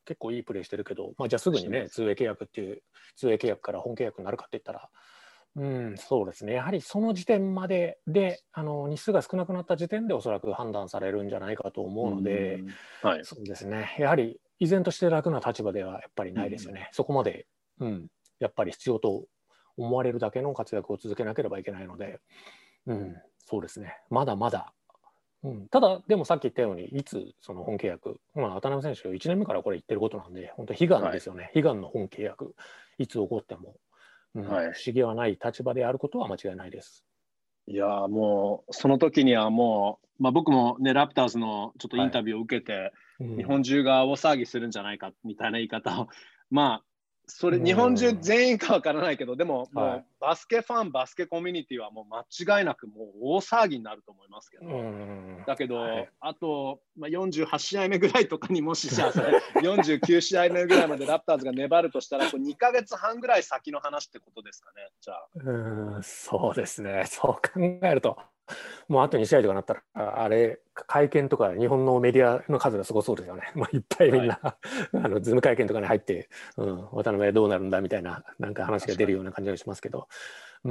結構いいプレーしてるけど、まあ、じゃあすぐにね、ツーウェイ契約っていう、ツーウェイ契約から本契約になるかって言ったら、うん、そうですね、やはりその時点までで、あの日数が少なくなった時点で、おそらく判断されるんじゃないかと思うので、 はい、 そうですね、やはり依然として楽な立場ではやっぱりないですよね、そこまで、うん、やっぱり必要と思われるだけの活躍を続けなければいけないので、うん、そうですね、まだまだ。うん、ただ、でもさっき言ったように、いつその本契約、まあ、渡辺選手、いちねんめからこれ言ってることなんで、本当、悲願ですよね、はい、悲願の本契約、いつ起こっても、うん、はい、不思議はない立場であることは間違いないです。 いやもう、その時にはもう、まあ、僕もね、ラプターズのちょっとインタビューを受けて、はい、うん、日本中が大騒ぎするんじゃないかみたいな言い方を、まあ、それ日本中全員かわからないけど、でも、もうバスケファン、バスケコミュニティはもう間違いなくもう大騒ぎになると思いますけど、だけど、はい、あと、まあ、よんじゅうはちしあいめぐらいとかにもしじゃあそれよんじゅうきゅうしあいめぐらいまでラプターズが粘るとしたら、これにかげつはんぐらい先の話ってことですかね、じゃあ。 うん、そうですね、そう考えると。もうあとに試合とかなったら、あれ、会見とか日本のメディアの数がすごそうですよね。まあ、いっぱいみんな、はい、あのズーム会見とかに入って、うん、渡辺どうなるんだみたいな、なんか話が出るような感じがしますけど、うん、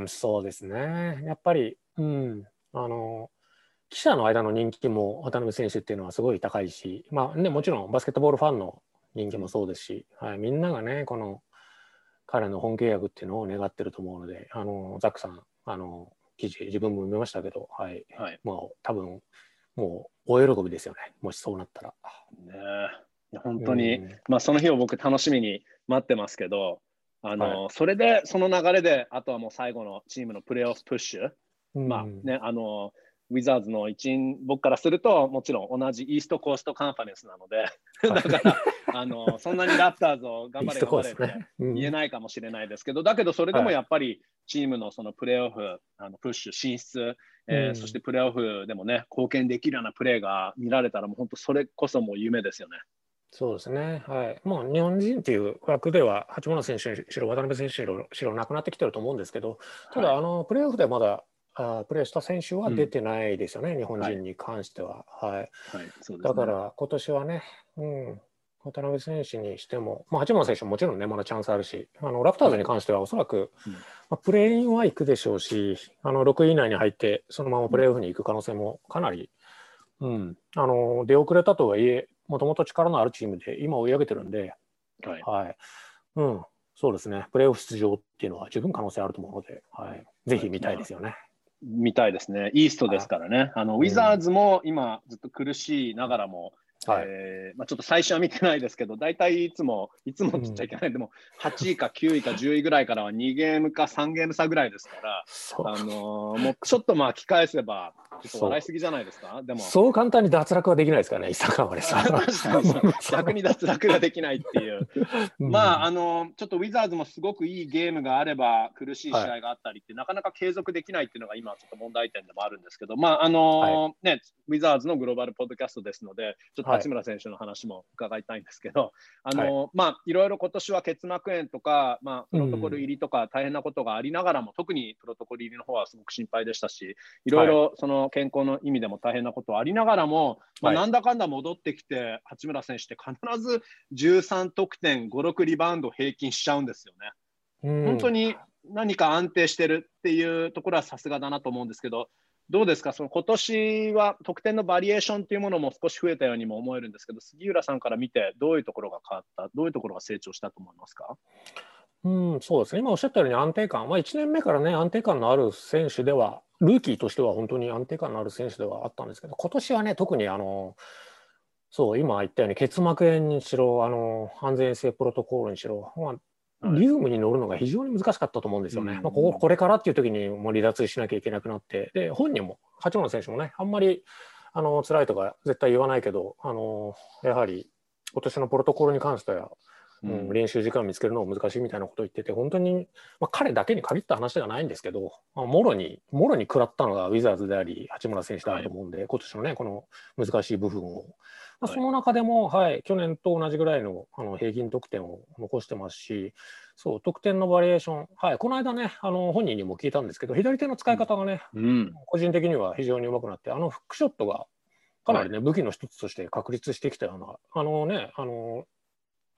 そうですね。やっぱり、うん、あの、記者の間の人気も渡辺選手っていうのはすごい高いし、まあね、もちろんバスケットボールファンの人気もそうですし、はい、みんながね、この彼の本契約っていうのを願ってると思うので、あの、ザックさん、あの、記事自分も見ましたけど、はい、はい、もう多分もう大喜びですよね、もしそうなったら。 ねえ、本当に、うん、まあその日を僕楽しみに待ってますけど、あの、はい、それでその流れであとはもう最後のチームのプレーオフプッシュ、うん、まあね、あのウィザーズの一員、僕からするともちろん同じイーストコーストカンファレンスなので、だからあのそんなにラプターズを頑張れ頑張れって言えないかもしれないですけど、だけどそれでもやっぱりチームのそのプレーオフ、あのプッシュ進出、えーうん、そしてプレーオフでもね貢献できるようなプレーが見られたらもう本当それこそもう夢ですよね。 そうですね、はい、もう日本人っていう枠では八村選手にしろ渡辺選手にしろなくなってきてると思うんですけど、ただ、はい、あのプレーオフでまだあプレーした選手は出てないですよね、うん、日本人に関しては。はいはいはいそうですね、だから今年はね、うん、渡辺選手にしても、まあ、八村選手ももちろんね、まだチャンスあるし、あのラプターズに関してはおそらく、はいうんまあ、プレーインは行くでしょうし、あのろくい以内に入って、そのままプレーオフに行く可能性もかなり、うん、あの出遅れたとはいえ、もともと力のあるチームで今追い上げてるんで、はいはいうん、そうですね、プレーオフ出場っていうのは十分可能性あると思うので、はい、ぜひ見たいですよね。 見たいですね。イーストですからね。あの、ウィザーズも今ずっと苦しいながらも、はいえーまあ、ちょっと最初は見てないですけど、大体いつも、いつもって言っちゃいけない、うん、でもはちいかきゅういかじゅういぐらいからはにゲームかさんゲーム差ぐらいですから、あのー、もうちょっと巻き返せば、ちょっと笑いすぎじゃないですか。でもそう簡単に脱落はできないですからね、伊坂はね。 確かに逆に脱落ができないっていう。うん、まあ、あの、ちょっとウィザーズもすごくいいゲームがあれば、苦しい試合があったりって、はい、なかなか継続できないっていうのが今、ちょっと問題点でもあるんですけど、まあ、あのーはい、ね、ウィザーズのグローバルポッドキャストですので、ちょっと八村選手の話も伺いたいんですけど、はい、あのーはい、まあ、いろいろ今年は結膜炎とか、まあ、プロトコル入りとか大変なことがありながらも、うん、特にプロトコル入りの方はすごく心配でしたし、いろいろその健康の意味でも大変なことはありながらも、まあ、なんだかんだ戻ってきて、八村選手って必ずじゅうさんとくてん、ご、ろくリバウンド平均しちゃうんですよね。うん、本当に何か安定してるっていうところはさすがだなと思うんですけど、どうですか、その今年は得点のバリエーションというものも少し増えたようにも思えるんですけど、杉浦さんから見てどういうところが変わった、どういうところが成長したと思いますか？ うん、そうですね、今おっしゃったように安定感、まあ、いちねんめからね、安定感のある選手では、ルーキーとしては本当に安定感のある選手ではあったんですけど、今年はね、特にあの、そう、今言ったように、結膜炎にしろ、あの安全性プロトコールにしろ、まあ、リズムに乗るのが非常に難しかったと思うんですよね。はいまあ、こここれからっていう時にもう離脱しなきゃいけなくなって、で本人も、八村選手もね、あんまりあの辛いとか絶対言わないけど、あのやはり今年のプロトコールに関しては、うん、練習時間を見つけるのが難しいみたいなことを言ってて、本当に、まあ、彼だけに限った話ではないんですけど、まあ、もろに、もろに食らったのがウィザーズであり、八村選手であると思うんで、はい、今年のね、この難しい部分を。まあ、その中でも、はい、はい、去年と同じぐらいの、あの平均得点を残してますし、そう、得点のバリエーション、はい、この間ね、あの本人にも聞いたんですけど、左手の使い方がね、うん、個人的には非常に上手くなって、あのフックショットがかなりね、はい、武器の一つとして確立してきたような、あのね、あの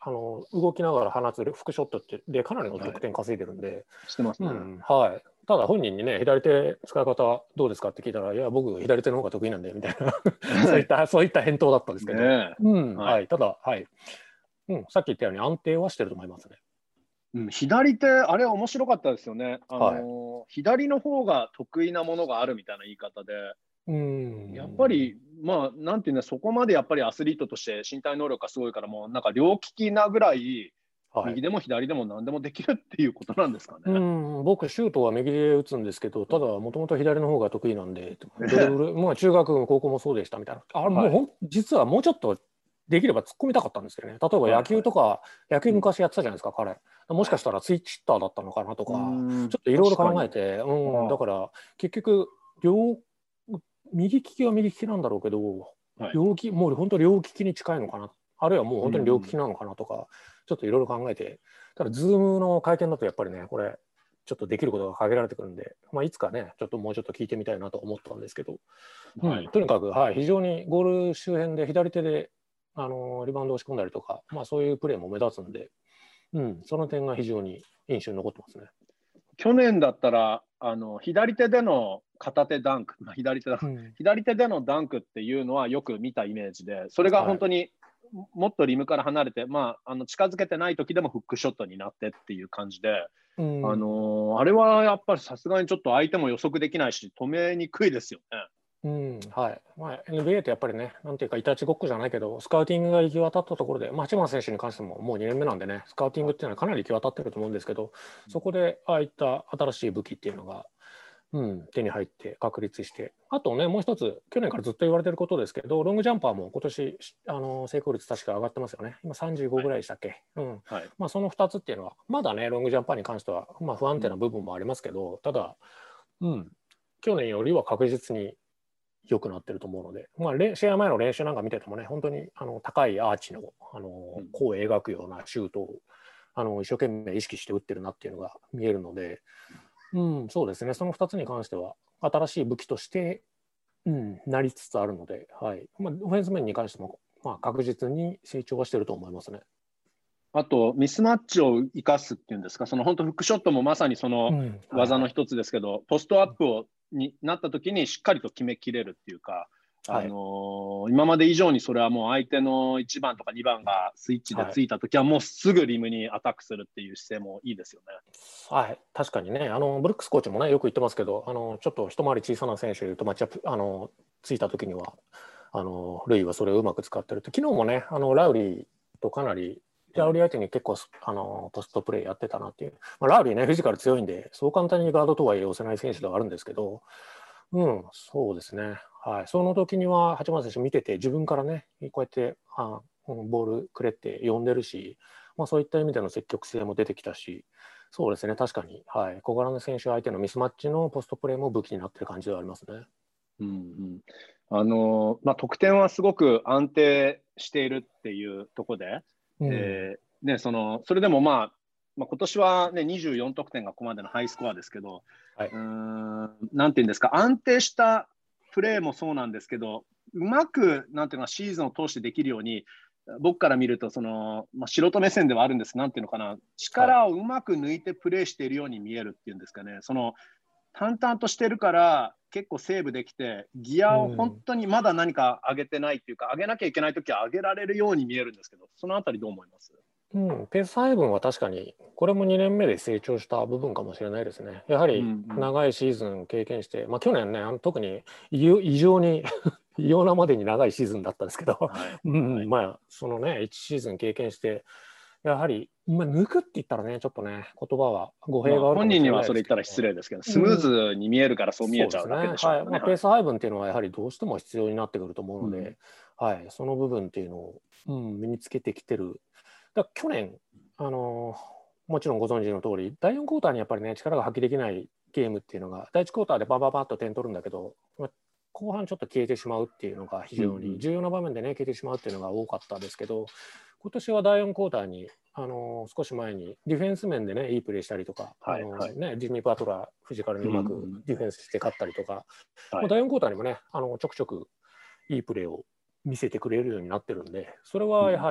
あの動きながら放つフックショットってでかなりの得点稼いでるんで、はい、 してますね、 うんはい、ただ本人にね左手使い方どうですかって聞いたらいや僕左手の方が得意なんでみたいなそういったそういった返答だったんですけど、ねうんはいはい、ただ、はいうん、さっき言ったように安定はしてると思いますね。 うん、左手あれ面白かったですよね、あのーはい、左の方が得意なものがあるみたいな言い方で、うんやっぱりまあなんていうんだそこまでやっぱりアスリートとして身体能力がすごいからもうなんか両利きなぐらい、はい、右でも左でも何でもできるっていうことなんですかね。 うん僕シュートは右で打つんですけどただもともと左の方が得意なんでドリブルまあ中学高校もそうでしたみたいなあれもうほん、はい、実はもうちょっとできれば突っ込みたかったんですけどね例えば野球とか、はいはい、野球昔やってたじゃないですか、うん、彼もしかしたらスイッチヒッターだったのかなとか、はい、ちょっといろいろ考えて、うん、だから結局両右利きは右利きなんだろうけど、はい、両利きもう本当両利きに近いのかなあるいはもう本当に両利きなのかなとか、うん、ちょっといろいろ考えてただズームの会見だとやっぱりねこれちょっとできることが限られてくるんで、まあ、いつかねちょっともうちょっと聞いてみたいなと思ったんですけど、はいうん、とにかく、はい、非常にゴール周辺で左手であのリバウンドを押し込んだりとか、まあ、そういうプレーも目立つんで、うん、その点が非常に印象に残ってますね。 去年だったらあの左手での片手ダンク、まあ、左手だ、うん、左手でのダンクっていうのはよく見たイメージでそれが本当にもっとリムから離れて、はいまあ、あの近づけてない時でもフックショットになってっていう感じで、うん、あのー、あれはやっぱりさすがにちょっと相手も予測できないし止めにくいですよね。 うんはいまあ、エヌビーエー ってやっぱりね、なんていうか、いたちごっこじゃないけど、スカウティングが行き渡ったところで、まあ、八村選手に関してももうにねんめなんでね、スカウティングっていうのはかなり行き渡ってると思うんですけど、そこでああいった新しい武器っていうのが、うん、手に入って確立して、あとね、もう一つ、去年からずっと言われてることですけど、ロングジャンパーも今年あの成功率確か上がってますよね。今さんじゅうごぐらいでしたっけ。はいうんはいまあ、そのふたつっていうのは、まだね、ロングジャンパーに関しては、まあ、不安定な部分もありますけど、ただ、うん、去年よりは確実に良くなってると思うので、まあ、試合前の練習なんか見ててもね、本当にあの高いアーチのあの弧を描くようなシュートをあの一生懸命意識して打ってるなっていうのが見えるので、うん、そうですね、そのふたつに関しては新しい武器として、うん、なりつつあるので、はいまあ、オフェンス面に関しても、まあ、確実に成長はしてると思いますね。 あとミスマッチを生かすっていうんですか、その本当フックショットもまさにその技の一つですけど、うんはいはい、ポストアップをになった時にしっかりと決めきれるっていうか、あのーはい、今まで以上にそれはもう相手のいちばんとかにばんがスイッチでついた時はもうすぐリムにアタックするっていう姿勢もいいですよね。 はい、確かにね、あのブルックスコーチもねよく言ってますけど、あのちょっと一回り小さな選手とマッチアップあのついた時にはあのルイはそれをうまく使ってるって、昨日もねあのラウリーとかなりラウリー相手に結構あのポストプレーやってたなっていう、まあ、ラウリーねフィジカル強いんでそう簡単にガードとは寄せない選手ではあるんですけど、うんそうですね、はい、その時には八村選手見てて自分からねこうやってあボールくれって呼んでるし、まあ、そういった意味での積極性も出てきたし、そうですね確かに、はい、小柄な選手相手のミスマッチのポストプレーも武器になってる感じではありますね。 うんうんあのまあ、得点はすごく安定しているっていうところで、うんえーね、そのそれでも、まあ、まあ今年は、ね、にじゅうよん得点がここまでのハイスコアですけど、はい、うーんなんていうんですか安定したプレーもそうなんですけどうまくなんていうのシーズンを通してできるように僕から見るとその、まあ、素人目線ではあるんですなんていうのかな力をうまく抜いてプレーしているように見えるっていうんですかね、その淡々としてるから結構セーブできてギアを本当にまだ何か上げてないっていうか、うん、上げなきゃいけないときは上げられるように見えるんですけど、そのあたりどう思います？ うん、ペース配分は確かにこれもにねんめで成長した部分かもしれないですね。やはり長いシーズン経験して、うんうん、まあ、去年ねあの特に異常に異様なまでに長いシーズンだったんですけど、はいうんはい、まあそのねいちシーズン経験してやはり、まあ、抜くって言ったらねちょっとね言葉は語弊があるかもしれないですけど、ねまあ、 本人にはそれ言ったら失礼ですけど、スムーズに見えるからそう見えちゃうだけでしょうね。 はいまあ、ペース配分っていうのはやはりどうしても必要になってくると思うので、うんはい、その部分っていうのを、うん、身につけてきてる。だ去年、あのー、もちろんご存知の通りだいよんクォーターにやっぱりね力が発揮できないゲームっていうのがだいいちクォーターでバババッと点取るんだけど、まあ、後半ちょっと消えてしまうっていうのが非常に重要な場面でね消えてしまうっていうのが多かったですけど、今年はだいよんクォーターに、あのー、少し前にディフェンス面でねいいプレーしたりとか、はいはいあのーね、ジミー・バトラーフィジカルにうまくディフェンスして勝ったりとか、うんうん、だいよんクォーターにもねあのちょくちょくいいプレーを見せてくれるようになってるんで、それはやはり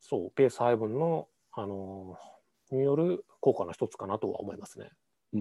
そうペース配分の、あのー、による効果の一つかなとは思いますね。 うん、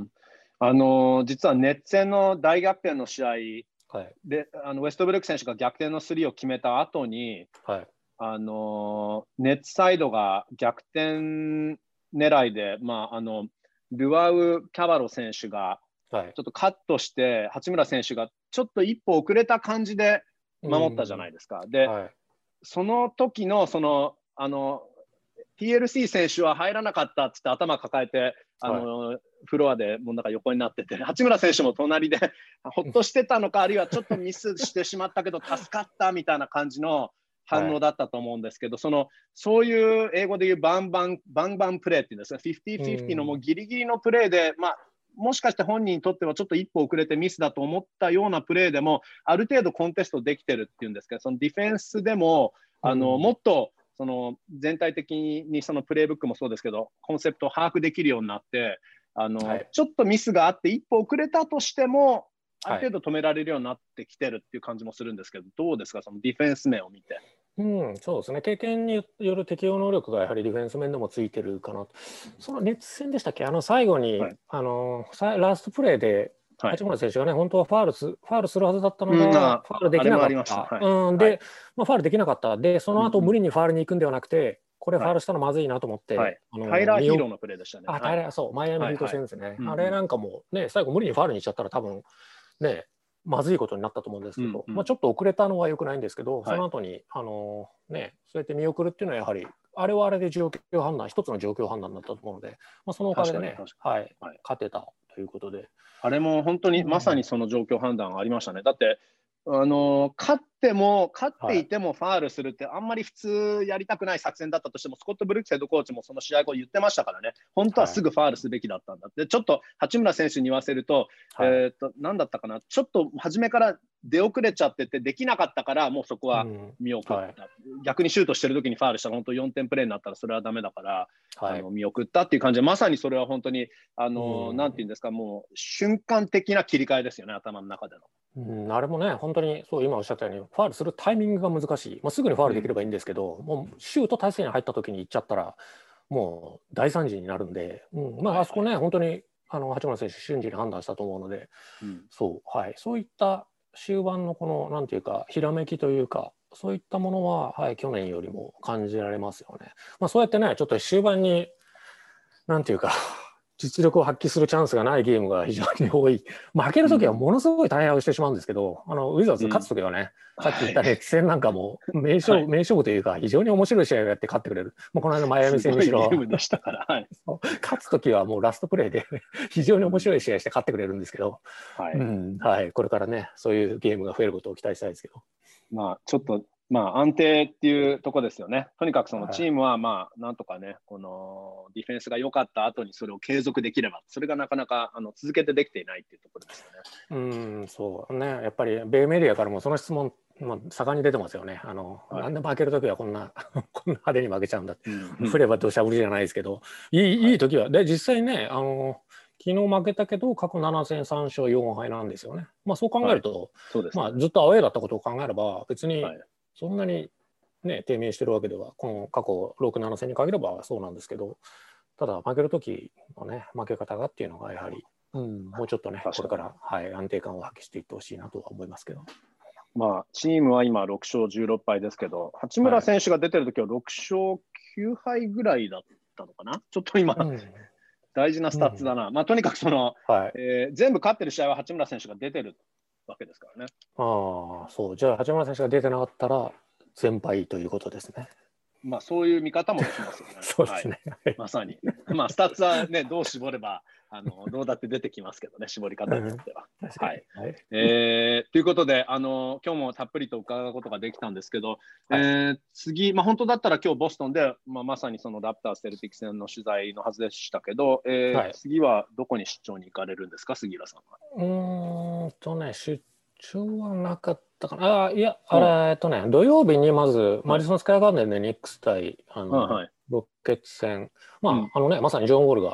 あのー、実はネッツ戦の大逆転の試合で、はい、あのウェストブルック選手が逆転のスリーを決めた後に、はい、あのー、ネッツサイドが逆転狙いで、まあ、あのルアウ・キャバロ選手がちょっとカットして、はい、八村選手がちょっと一歩遅れた感じで守ったじゃないですか。で、はい、その時のそのあの ティーエルシー 選手は入らなかったっつって頭抱えてあの、はい、フロアでもうなんか横になってて、八村選手も隣でほっとしてたのか、あるいはちょっとミスしてしまったけど助かったみたいな感じの反応だったと思うんですけど、はい、そのそういう英語で言うバンバンバンバンプレーっていうんですか、フィフティーフィフティーのもうギリギリのプレーで、まあもしかして本人にとってはちょっと一歩遅れてミスだと思ったようなプレーでもある程度コンテストできてるっていうんですけど、そのディフェンスでもあの、うん、もっとその全体的にそのプレーブックもそうですけどコンセプトを把握できるようになってあの、はい、ちょっとミスがあって一歩遅れたとしてもある程度止められるようになってきてるっていう感じもするんですけど、どうですかそのディフェンス面を見て。 うん、そうですね。経験による適応能力がやはりディフェンス面でもついてるかなと。そのネッツ戦でしたっけ、あの最後に、はい、あのラストプレーで八村選手がね、はい、本当はファールすファールするはずだったのが、うん、ファールできなかった。はい、うん、で、はい、まあ、ファールできなかった。で、その後、うん、無理にファールに行くんではなくて、これファールしたのまずいなと思って、はい、 あのタイラー・ヒーローのプレーでしたね。 あ、タイラー、そう、マイアミヒート戦ですね。はいはい、あれなんかもね、最後無理にファールに行っちゃったら多分ね。まずいことになったと思うんですけど、うんうん、まあ、ちょっと遅れたのは良くないんですけど、はい、その後にあのね、そうやって見送るっていうのはやはりあれはあれで状況判断、一つの状況判断だったと思うので、まあ、そのおかげでね、はい、はい、勝てたということで、 あれも本当にまさにその状況判断がありましたね。うん、だってあの勝っても勝っていてもファールするってあんまり普通やりたくない作戦だったとしても、スコット・ブルックスヘッドコーチもその試合後言ってましたからね、本当はすぐファールすべきだったんだって、はい、ちょっと八村選手に言わせると、はい、えー、っと何だったかな、ちょっと初めから出遅れちゃっててできなかったからもうそこは見送った、うんはい、逆にシュートしてる時にファールしたら本当よんてんプレーになったらそれはダメだから、はい、あの見送ったっていう感じで、まさにそれは本当にあの、うん、なんていうんですか、もう瞬間的な切り替えですよね、頭の中での。 うん、あれもね、本当にそう今おっしゃったようにファールするタイミングが難しい、まあ、すぐにファールできればいいんですけど、うん、もうシュート体勢に入った時に行っちゃったらもう大惨事になるんで、うんまあ、あそこね、はい、本当にあの八村選手瞬時に判断したと思うので、うん、そう、はい、そういった終盤のこのなんていうかひらめきというかそういったものは、はい、去年よりも感じられますよね。まあ、そうやってねちょっと終盤になんていうか実力を発揮するチャンスがないゲームが非常に多い。負けるときはものすごい大敗をしてしまうんですけど、うん、あのウィザーズ勝つときはね、うん、さっき言ったネッツ戦なんかも名勝、はい、名勝負というか非常に面白い試合をやって勝ってくれる。もうこの間マイアミ戦にしろ、 ゲームでしたから、はい、 勝つときはもうラストプレーで非常に面白い試合して勝ってくれるんですけど、はいうんはい、これからねそういうゲームが増えることを期待したいですけど。 まあちょっとまあ安定っていうところですよね。とにかくそのチームはまあなんとかね、このディフェンスが良かった後にそれを継続できれば、それがなかなかあの続けてできていないっていうところですよね。うんそうね、やっぱり米メディアからもその質問、まあ、盛んに出てますよね。あの、はい、なんで負けるときはこんなこんな派手に負けちゃうんだって、うん、振れば土砂降りじゃないですけど、いい、いい時はで実際ねあの昨日負けたけど過去なな戦さん勝よん敗なんですよね。まあそう考えると、はいそうですね、まあずっとアウェーだったことを考えれば別に、はいそんなに、ね、低迷してるわけではこの過去ろく、なな戦に限ればそうなんですけど、ただ負ける時のね負け方がっていうのがやはり、うん、もうちょっとねこれから、はい、安定感を発揮していってほしいなとは思いますけど、 まあ、チームは今ろく勝じゅうろく敗ですけど、八村選手が出てる時はろく勝きゅう敗ぐらいだったのかな、ちょっと今、うん、大事なスタッツだな、うんまあ、とにかくその、はいえー、全部勝ってる試合は八村選手が出てるわけですからね。 ああ、そう。じゃあ、八村選手が出てなかったら、全敗ということですね。 まあ、そういう見方もできますよね。 そうですね。 はい、まさに。まあ、スタッツはね、どう絞れば、あの、どうだって出てきますけどね、絞り方によっては。うん、はい。はい、えー、ということで、あの、今日もたっぷりと伺うことができたんですけど、はい、えー、次、まあ、本当だったら今日ボストンで、まあ、まさにそのラプターズ・セルティック戦の取材のはずでしたけど、えーはい、次はどこに出張に行かれるんですか、杉浦さんは。 うーんとね、出張はなかったかな。あいや、あれ、うん、えっとね、土曜日にまず、マディソンスカイガーデンでニックス対あの、はい、ロケッツ戦、まあ、うん、あのね、まさにジョン・ウォールが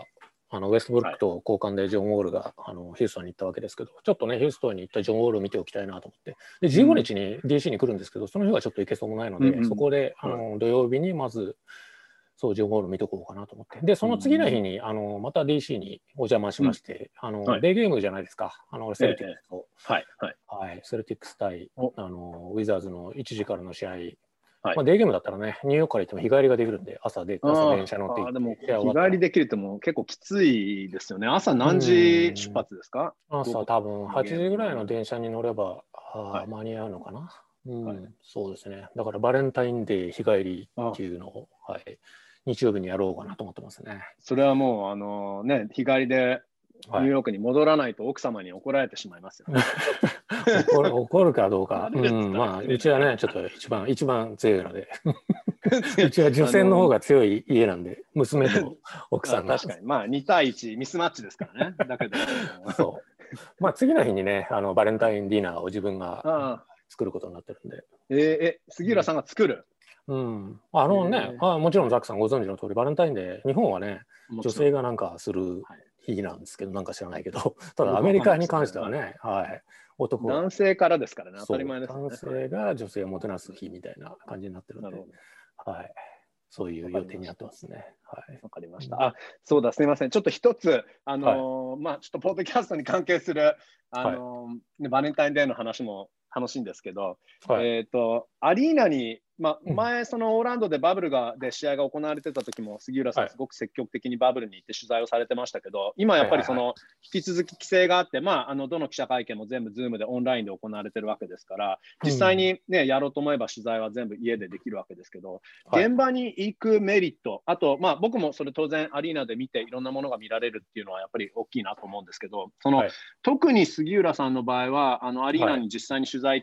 あのウェストブルックと交換でジョン・ウォールがあのヒューストンに行ったわけですけど、ちょっとねヒューストンに行ったジョン・ウォールを見ておきたいなと思って、でじゅうごにちに ディーシー に来るんですけど、その日はちょっと行けそうもないので、 うんうん、 そこであの、はい、土曜日にまずそうジョン・ウォール見とこうかなと思って、でその次の日に、うん、あのまた ディーシー にお邪魔しまして、うん、あの、はい、デーゲームじゃないですか、あのセルティックスと、 ええ、はいはいはい、セルティックス対あのウィザーズのいちじからの試合。 はい、 まあ、デーゲームだったらね、ニューヨークから行っても日帰りができるんで、朝で、朝電車乗って行って、 あでも日帰りできるってもう結構きついですよね。朝何時出発ですか？ 朝多分はちじぐらいの電車に乗れば、はい、間に合うのかな、うんはい。そうですね。だからバレンタインデー日帰りっていうのを、はい、日曜日にやろうかなと思ってますね。 それはもう、あのね、日帰りでニューヨークに戻らないと奥様に怒られてしまいますよね。 怒る、怒るかどうか。うん、まあ、うちはね、ちょっと一番、一番強いので。うちは女性の方が強い家なんで、娘と奥さんが。 確かに。まあ、に対いちミスマッチですからね。だけど。 そう。まあ、次の日にね、あの、バレンタインディナーを自分が作ることになってるんで。 えー、え、杉浦さんが作る？ うん。あのね、あもちろんザックさんご存知の通り、バレンタインデー、日本はね、女性がなんかする日なんですけど、なんか知らないけど、ただアメリカに関してはね、はい。男は男性からですからね、当たり前ですね。 男性が女性をもてなす日みたいな感じになってるので、はい、そういう予定になってますね。はい、 わかりました。あ、そうだ、すみません。ちょっと一つ、あのーはい、まあ、ちょっとポッドキャストに関係する、あのーはい、バレンタインデーの話も楽しいんですけど、はい、えっと、アリーナに、まあ、前、そのオーランドでバブルがで試合が行われてた時も、杉浦さん、すごく積極的にバブルに行って取材をされてましたけど、今やっぱりその、引き続き規制があって、まあ、あのどの記者会見も全部、ズームでオンラインで行われてるわけですから、実際に、ね、やろうと思えば取材は全部家でできるわけですけど、現場に行くメリット、あと、まあ、僕もそれ当然、アリーナで見て、いろんなものが見られるっていうのは、やっぱり大きいなと思うんですけど、その、はい、特に杉浦さんの場合は、あのアリーナに実際に取材って、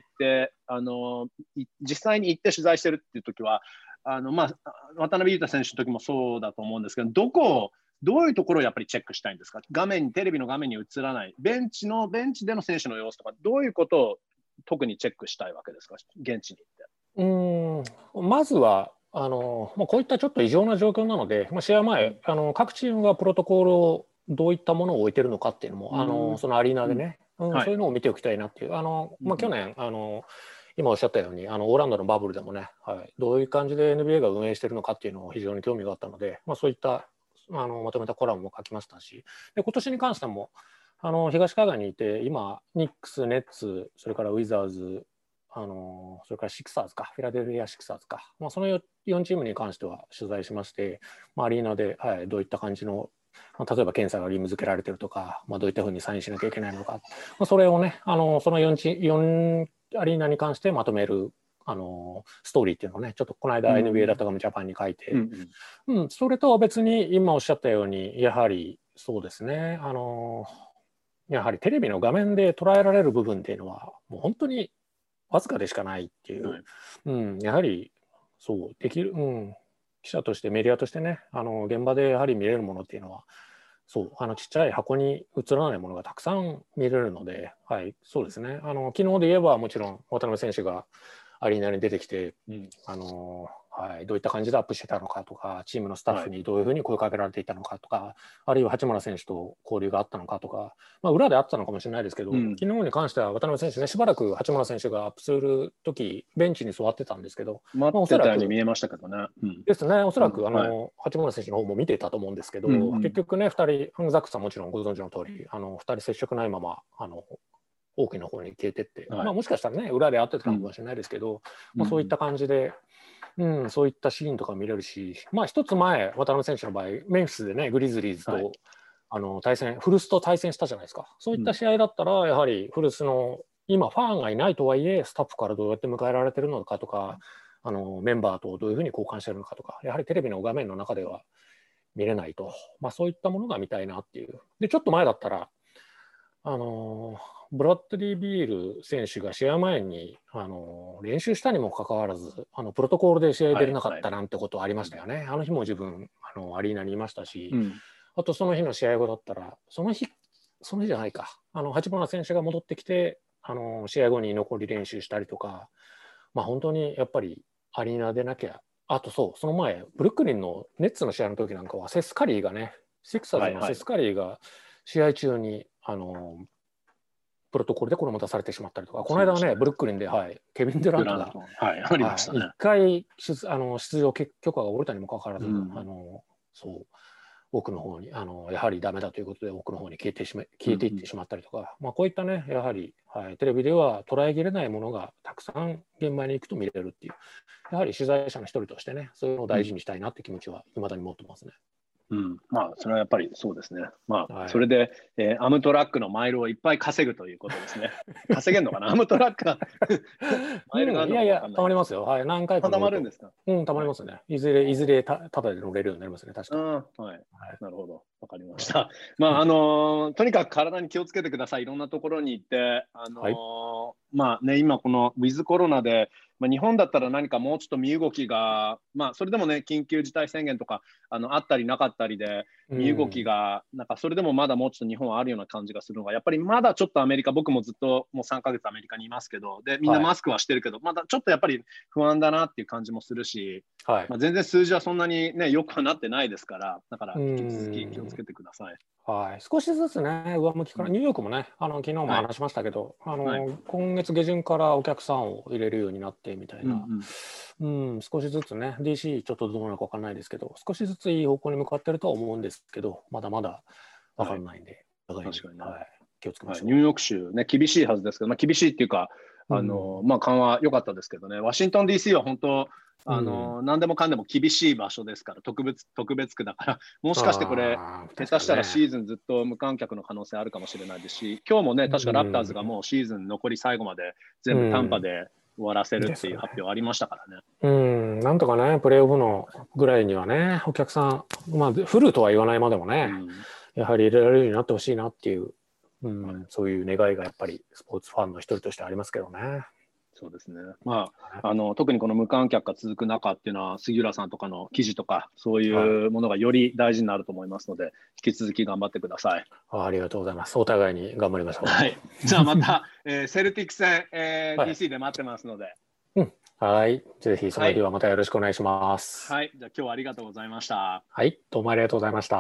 はい、あの実際に行って取材してるっていう時は、あのまあ、渡辺裕太選手の時もそうだと思うんですけど、どこをどういうところをやっぱりチェックしたいんですか？画面に、テレビの画面に映らない、ベンチの、ベンチでの選手の様子とか、どういうことを特にチェックしたいわけですか？現地に行って。うーん、まずは、あのまあ、こういったちょっと異常な状況なので、まあ、試合前、あの各チームがプロトコールをどういったものを置いてるのかっていうのも、あのそのアリーナでね、うんはい、そういうのを見ておきたいなっていう。あの、まあ、去年、あの今おっしゃったように、あのオーランドのバブルでもね、はい、どういう感じで エヌビーエー が運営しているのかっていうのを非常に興味があったので、まあ、そういったあのまとめたコラムも書きましたし、で今年に関してもあの東海岸にいて、今ニックス、ネッツ、それからウィザーズ、あのそれからシクサーズか、フィラデルフィアシクサーズか、まあ、その 4, 4チームに関しては取材しまして、まあ、アリーナで、はい、どういった感じの、まあ、例えば検査が義務付けられているとか、まあ、どういったふうにサインしなきゃいけないのか、まあ、それをね、あのその 4, チ4アリーナに関してまとめるあのストーリーっていうのをね、ちょっとこの間 エヌビーエー ダットカムジャパンに書いて、うんうんうん、それとは別に今おっしゃったように、やはりそうですね、あのやはりテレビの画面で捉えられる部分っていうのはもう本当にわずかでしかないっていう、はい、うん、やはりそうできる、うん、記者としてメディアとしてね、あの現場でやはり見れるものっていうのは、そうあのちっちゃい箱に映らないものがたくさん見れるので、はい、そうですね。あの昨日で言えばもちろん渡辺選手がアリーナに出てきて、うん、あのはい、どういった感じでアップしてたのかとか、チームのスタッフにどういうふうに声かけられていたのかとか、はい、あるいは八村選手と交流があったのかとか、まあ、裏であったのかもしれないですけど、うん、昨日に関しては渡辺選手ね、しばらく八村選手がアップするときベンチに座ってたんですけど、 待ってたように見えましたけどね。 うん、ですね、おそらく、うん、あの、はい、八村選手の方も見ていたと思うんですけど、うんうん、結局ね、ふたり、ザックさんもちろんご存知の通り、あのふたり接触ないまま、あの大きな方に消えてって、はい、まあ、もしかしたらね、裏で会ってたのかもしれないですけど、うんまあ、そういった感じで、うんうん、そういったシーンとか見れるし、まあ一つ前、渡辺選手の場合、メンフィスでね、グリズリーズと、はい、あの対戦、フルスと対戦したじゃないですか。そういった試合だったら、やはりフルスの、今ファンがいないとはいえ、スタッフからどうやって迎えられてるのかとか、あのメンバーとどういうふうに交換してるのかとか、やはりテレビの画面の中では見れないと、まあそういったものが見たいなっていう。で、ちょっと前だったら、あのブラッドリー・ビール選手が試合前に、あの練習したにもかかわらず、あのプロトコールで試合出れなかったなんてことありましたよね。はいはい、あの日も自分あのアリーナにいましたし、うん、あとその日の試合後だったら、その日その日じゃないか、あの八村選手が戻ってきて、あの試合後に残り練習したりとか、まあ本当にやっぱりアリーナでなきゃ。あとそう、その前ブルックリンのネッツの試合の時なんかはセス・カリーがね、 シクサーズのセスカリーが試合中に、あのプロトコルでこれも出されてしまったりとか、この間はね、ブルックリンで、はい、ケビン・デュラントが、 はい、ありましたね。 はい、いっかい出あの出場許可が下りたにもかかわらず、うん、あのそう奥の方にあのやはりダメだということで奥の方に消えてしま消えていってしまったりとか、うんまあ、こういったねやはり、はい、テレビでは捉えきれないものがたくさん現場に行くと見れるっていう、やはり取材者の一人としてねそういうのを大事にしたいなって気持ちは未だに持ってますね。 うん、まあそれはやっぱりそうですね。まあ、はい、それで、えー、アムトラックのマイルをいっぱい稼ぐということですね。稼げるのかなアムトラックがマイルがあるのか分かんない。いやいやたまりますよ。はい、何回かたまるんですか。 うんたまりますね。いずれいずれたただで乗れるようになりますね確かに。 はい、はい、なるほどわかりました。まああのー、とにかく体に気をつけてください。いろんなところに行ってあのーはい、まあね今このウィズコロナで。まあ、日本だったら何かもうちょっと身動きが、まあ、それでもね緊急事態宣言とかあのあったりなかったりで身動きがなんかそれでもまだもうちょっと日本はあるような感じがするのがやっぱりまだちょっとアメリカ僕もずっともうさんかげつアメリカにいますけどでみんなマスクはしてるけど、はい、まだちょっとやっぱり不安だなっていう感じもするし、はいまあ、全然数字はそんなにね良くはなってないですからだから引き続き気をつけてください。 はい、少しずつね上向きから、ニューヨークもねあの昨日も話しましたけど、はい、あの、はい、今月下旬からお客さんを入れるようになってみたいな、うん、うん、少しずつね ディーシー ちょっとどうなのか分からないですけど少しずついい方向に向かってるとは思うんですけどまだまだ分からないんで、はい、確かに、ねはい、気をつけましょう、 はい、ニューヨーク州ね厳しいはずですけど、まあ、厳しいっていうかあの、うんまあ、緩和良かったですけどねワシントン ディーシー は本当あの、うん、何でもかんでも厳しい場所ですから特別特別区だからもしかしてこれ下手したらシーズンずっと無観客の可能性あるかもしれないですし今日もね確かラプターズがもうシーズン残り最後まで全部短波で終わらせるっていう発表ありましたからね。 うん、なんとかねプレーオフのぐらいにはねお客さん、まあ、フルとは言わないまでもね、うん、やはり入れられるようになってほしいなっていう、うんはい、そういう願いがやっぱりスポーツファンの一人としてありますけどね。 そうですね。まあ、あの特にこの無観客が続く中っていうのは杉浦さんとかの記事とかそういうものがより大事になると思いますので、はい、引き続き頑張ってください。 あ、ありがとうございます。お互いに頑張りましょう。 はい。じゃあまた、えー、セルティック戦、えーはい、ディーシー で待ってますので。 うん。はい。ぜひその日はまたよろしくお願いします。 はい。はい、じゃあ今日はありがとうございました。 はい。どうもありがとうございました。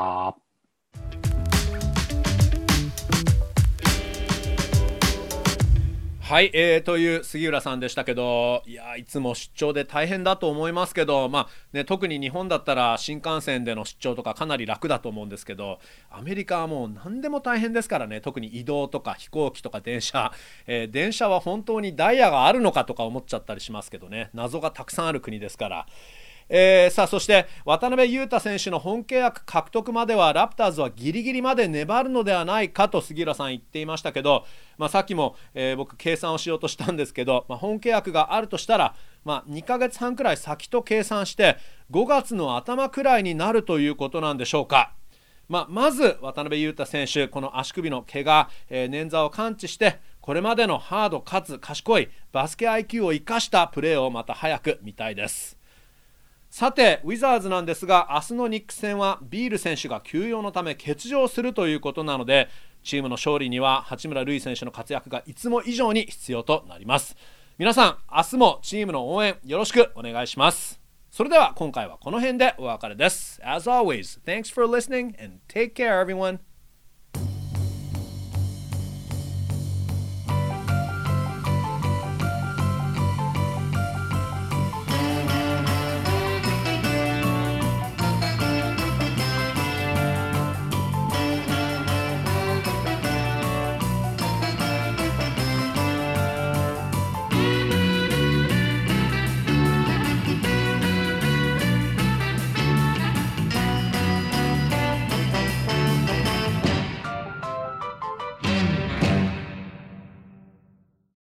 はい、えー、という杉浦さんでしたけどいやいつも出張で大変だと思いますけど、まあね、特に日本だったら新幹線での出張とかかなり楽だと思うんですけどアメリカはもう何でも大変ですからね特に移動とか飛行機とか電車、えー、電車は本当にダイヤがあるのかとか思っちゃったりしますけどね謎がたくさんある国ですからえー、さあそして渡辺裕太選手の本契約獲得まではラプターズはギリギリまで粘るのではないかと杉浦さん言っていましたけど、まあ、さっきも、えー、僕計算をしようとしたんですけど、まあ、本契約があるとしたら、まあ、にかげつはんくらい先と計算してごがつの頭くらいになるということなんでしょうか。まあ、まず渡辺裕太選手この足首の怪我、えー、捻挫を完治してこれまでのハードかつ賢いバスケ アイキュー を生かしたプレーをまた早く見たいです。さてウィザーズなんですが明日のニックス戦はビール選手が休養のため欠場するということなのでチームの勝利には八村塁選手の活躍がいつも以上に必要となります。皆さん明日もチームの応援よろしくお願いします。それでは今回はこの辺でお別れです。As always, thanks for listening and take care everyone.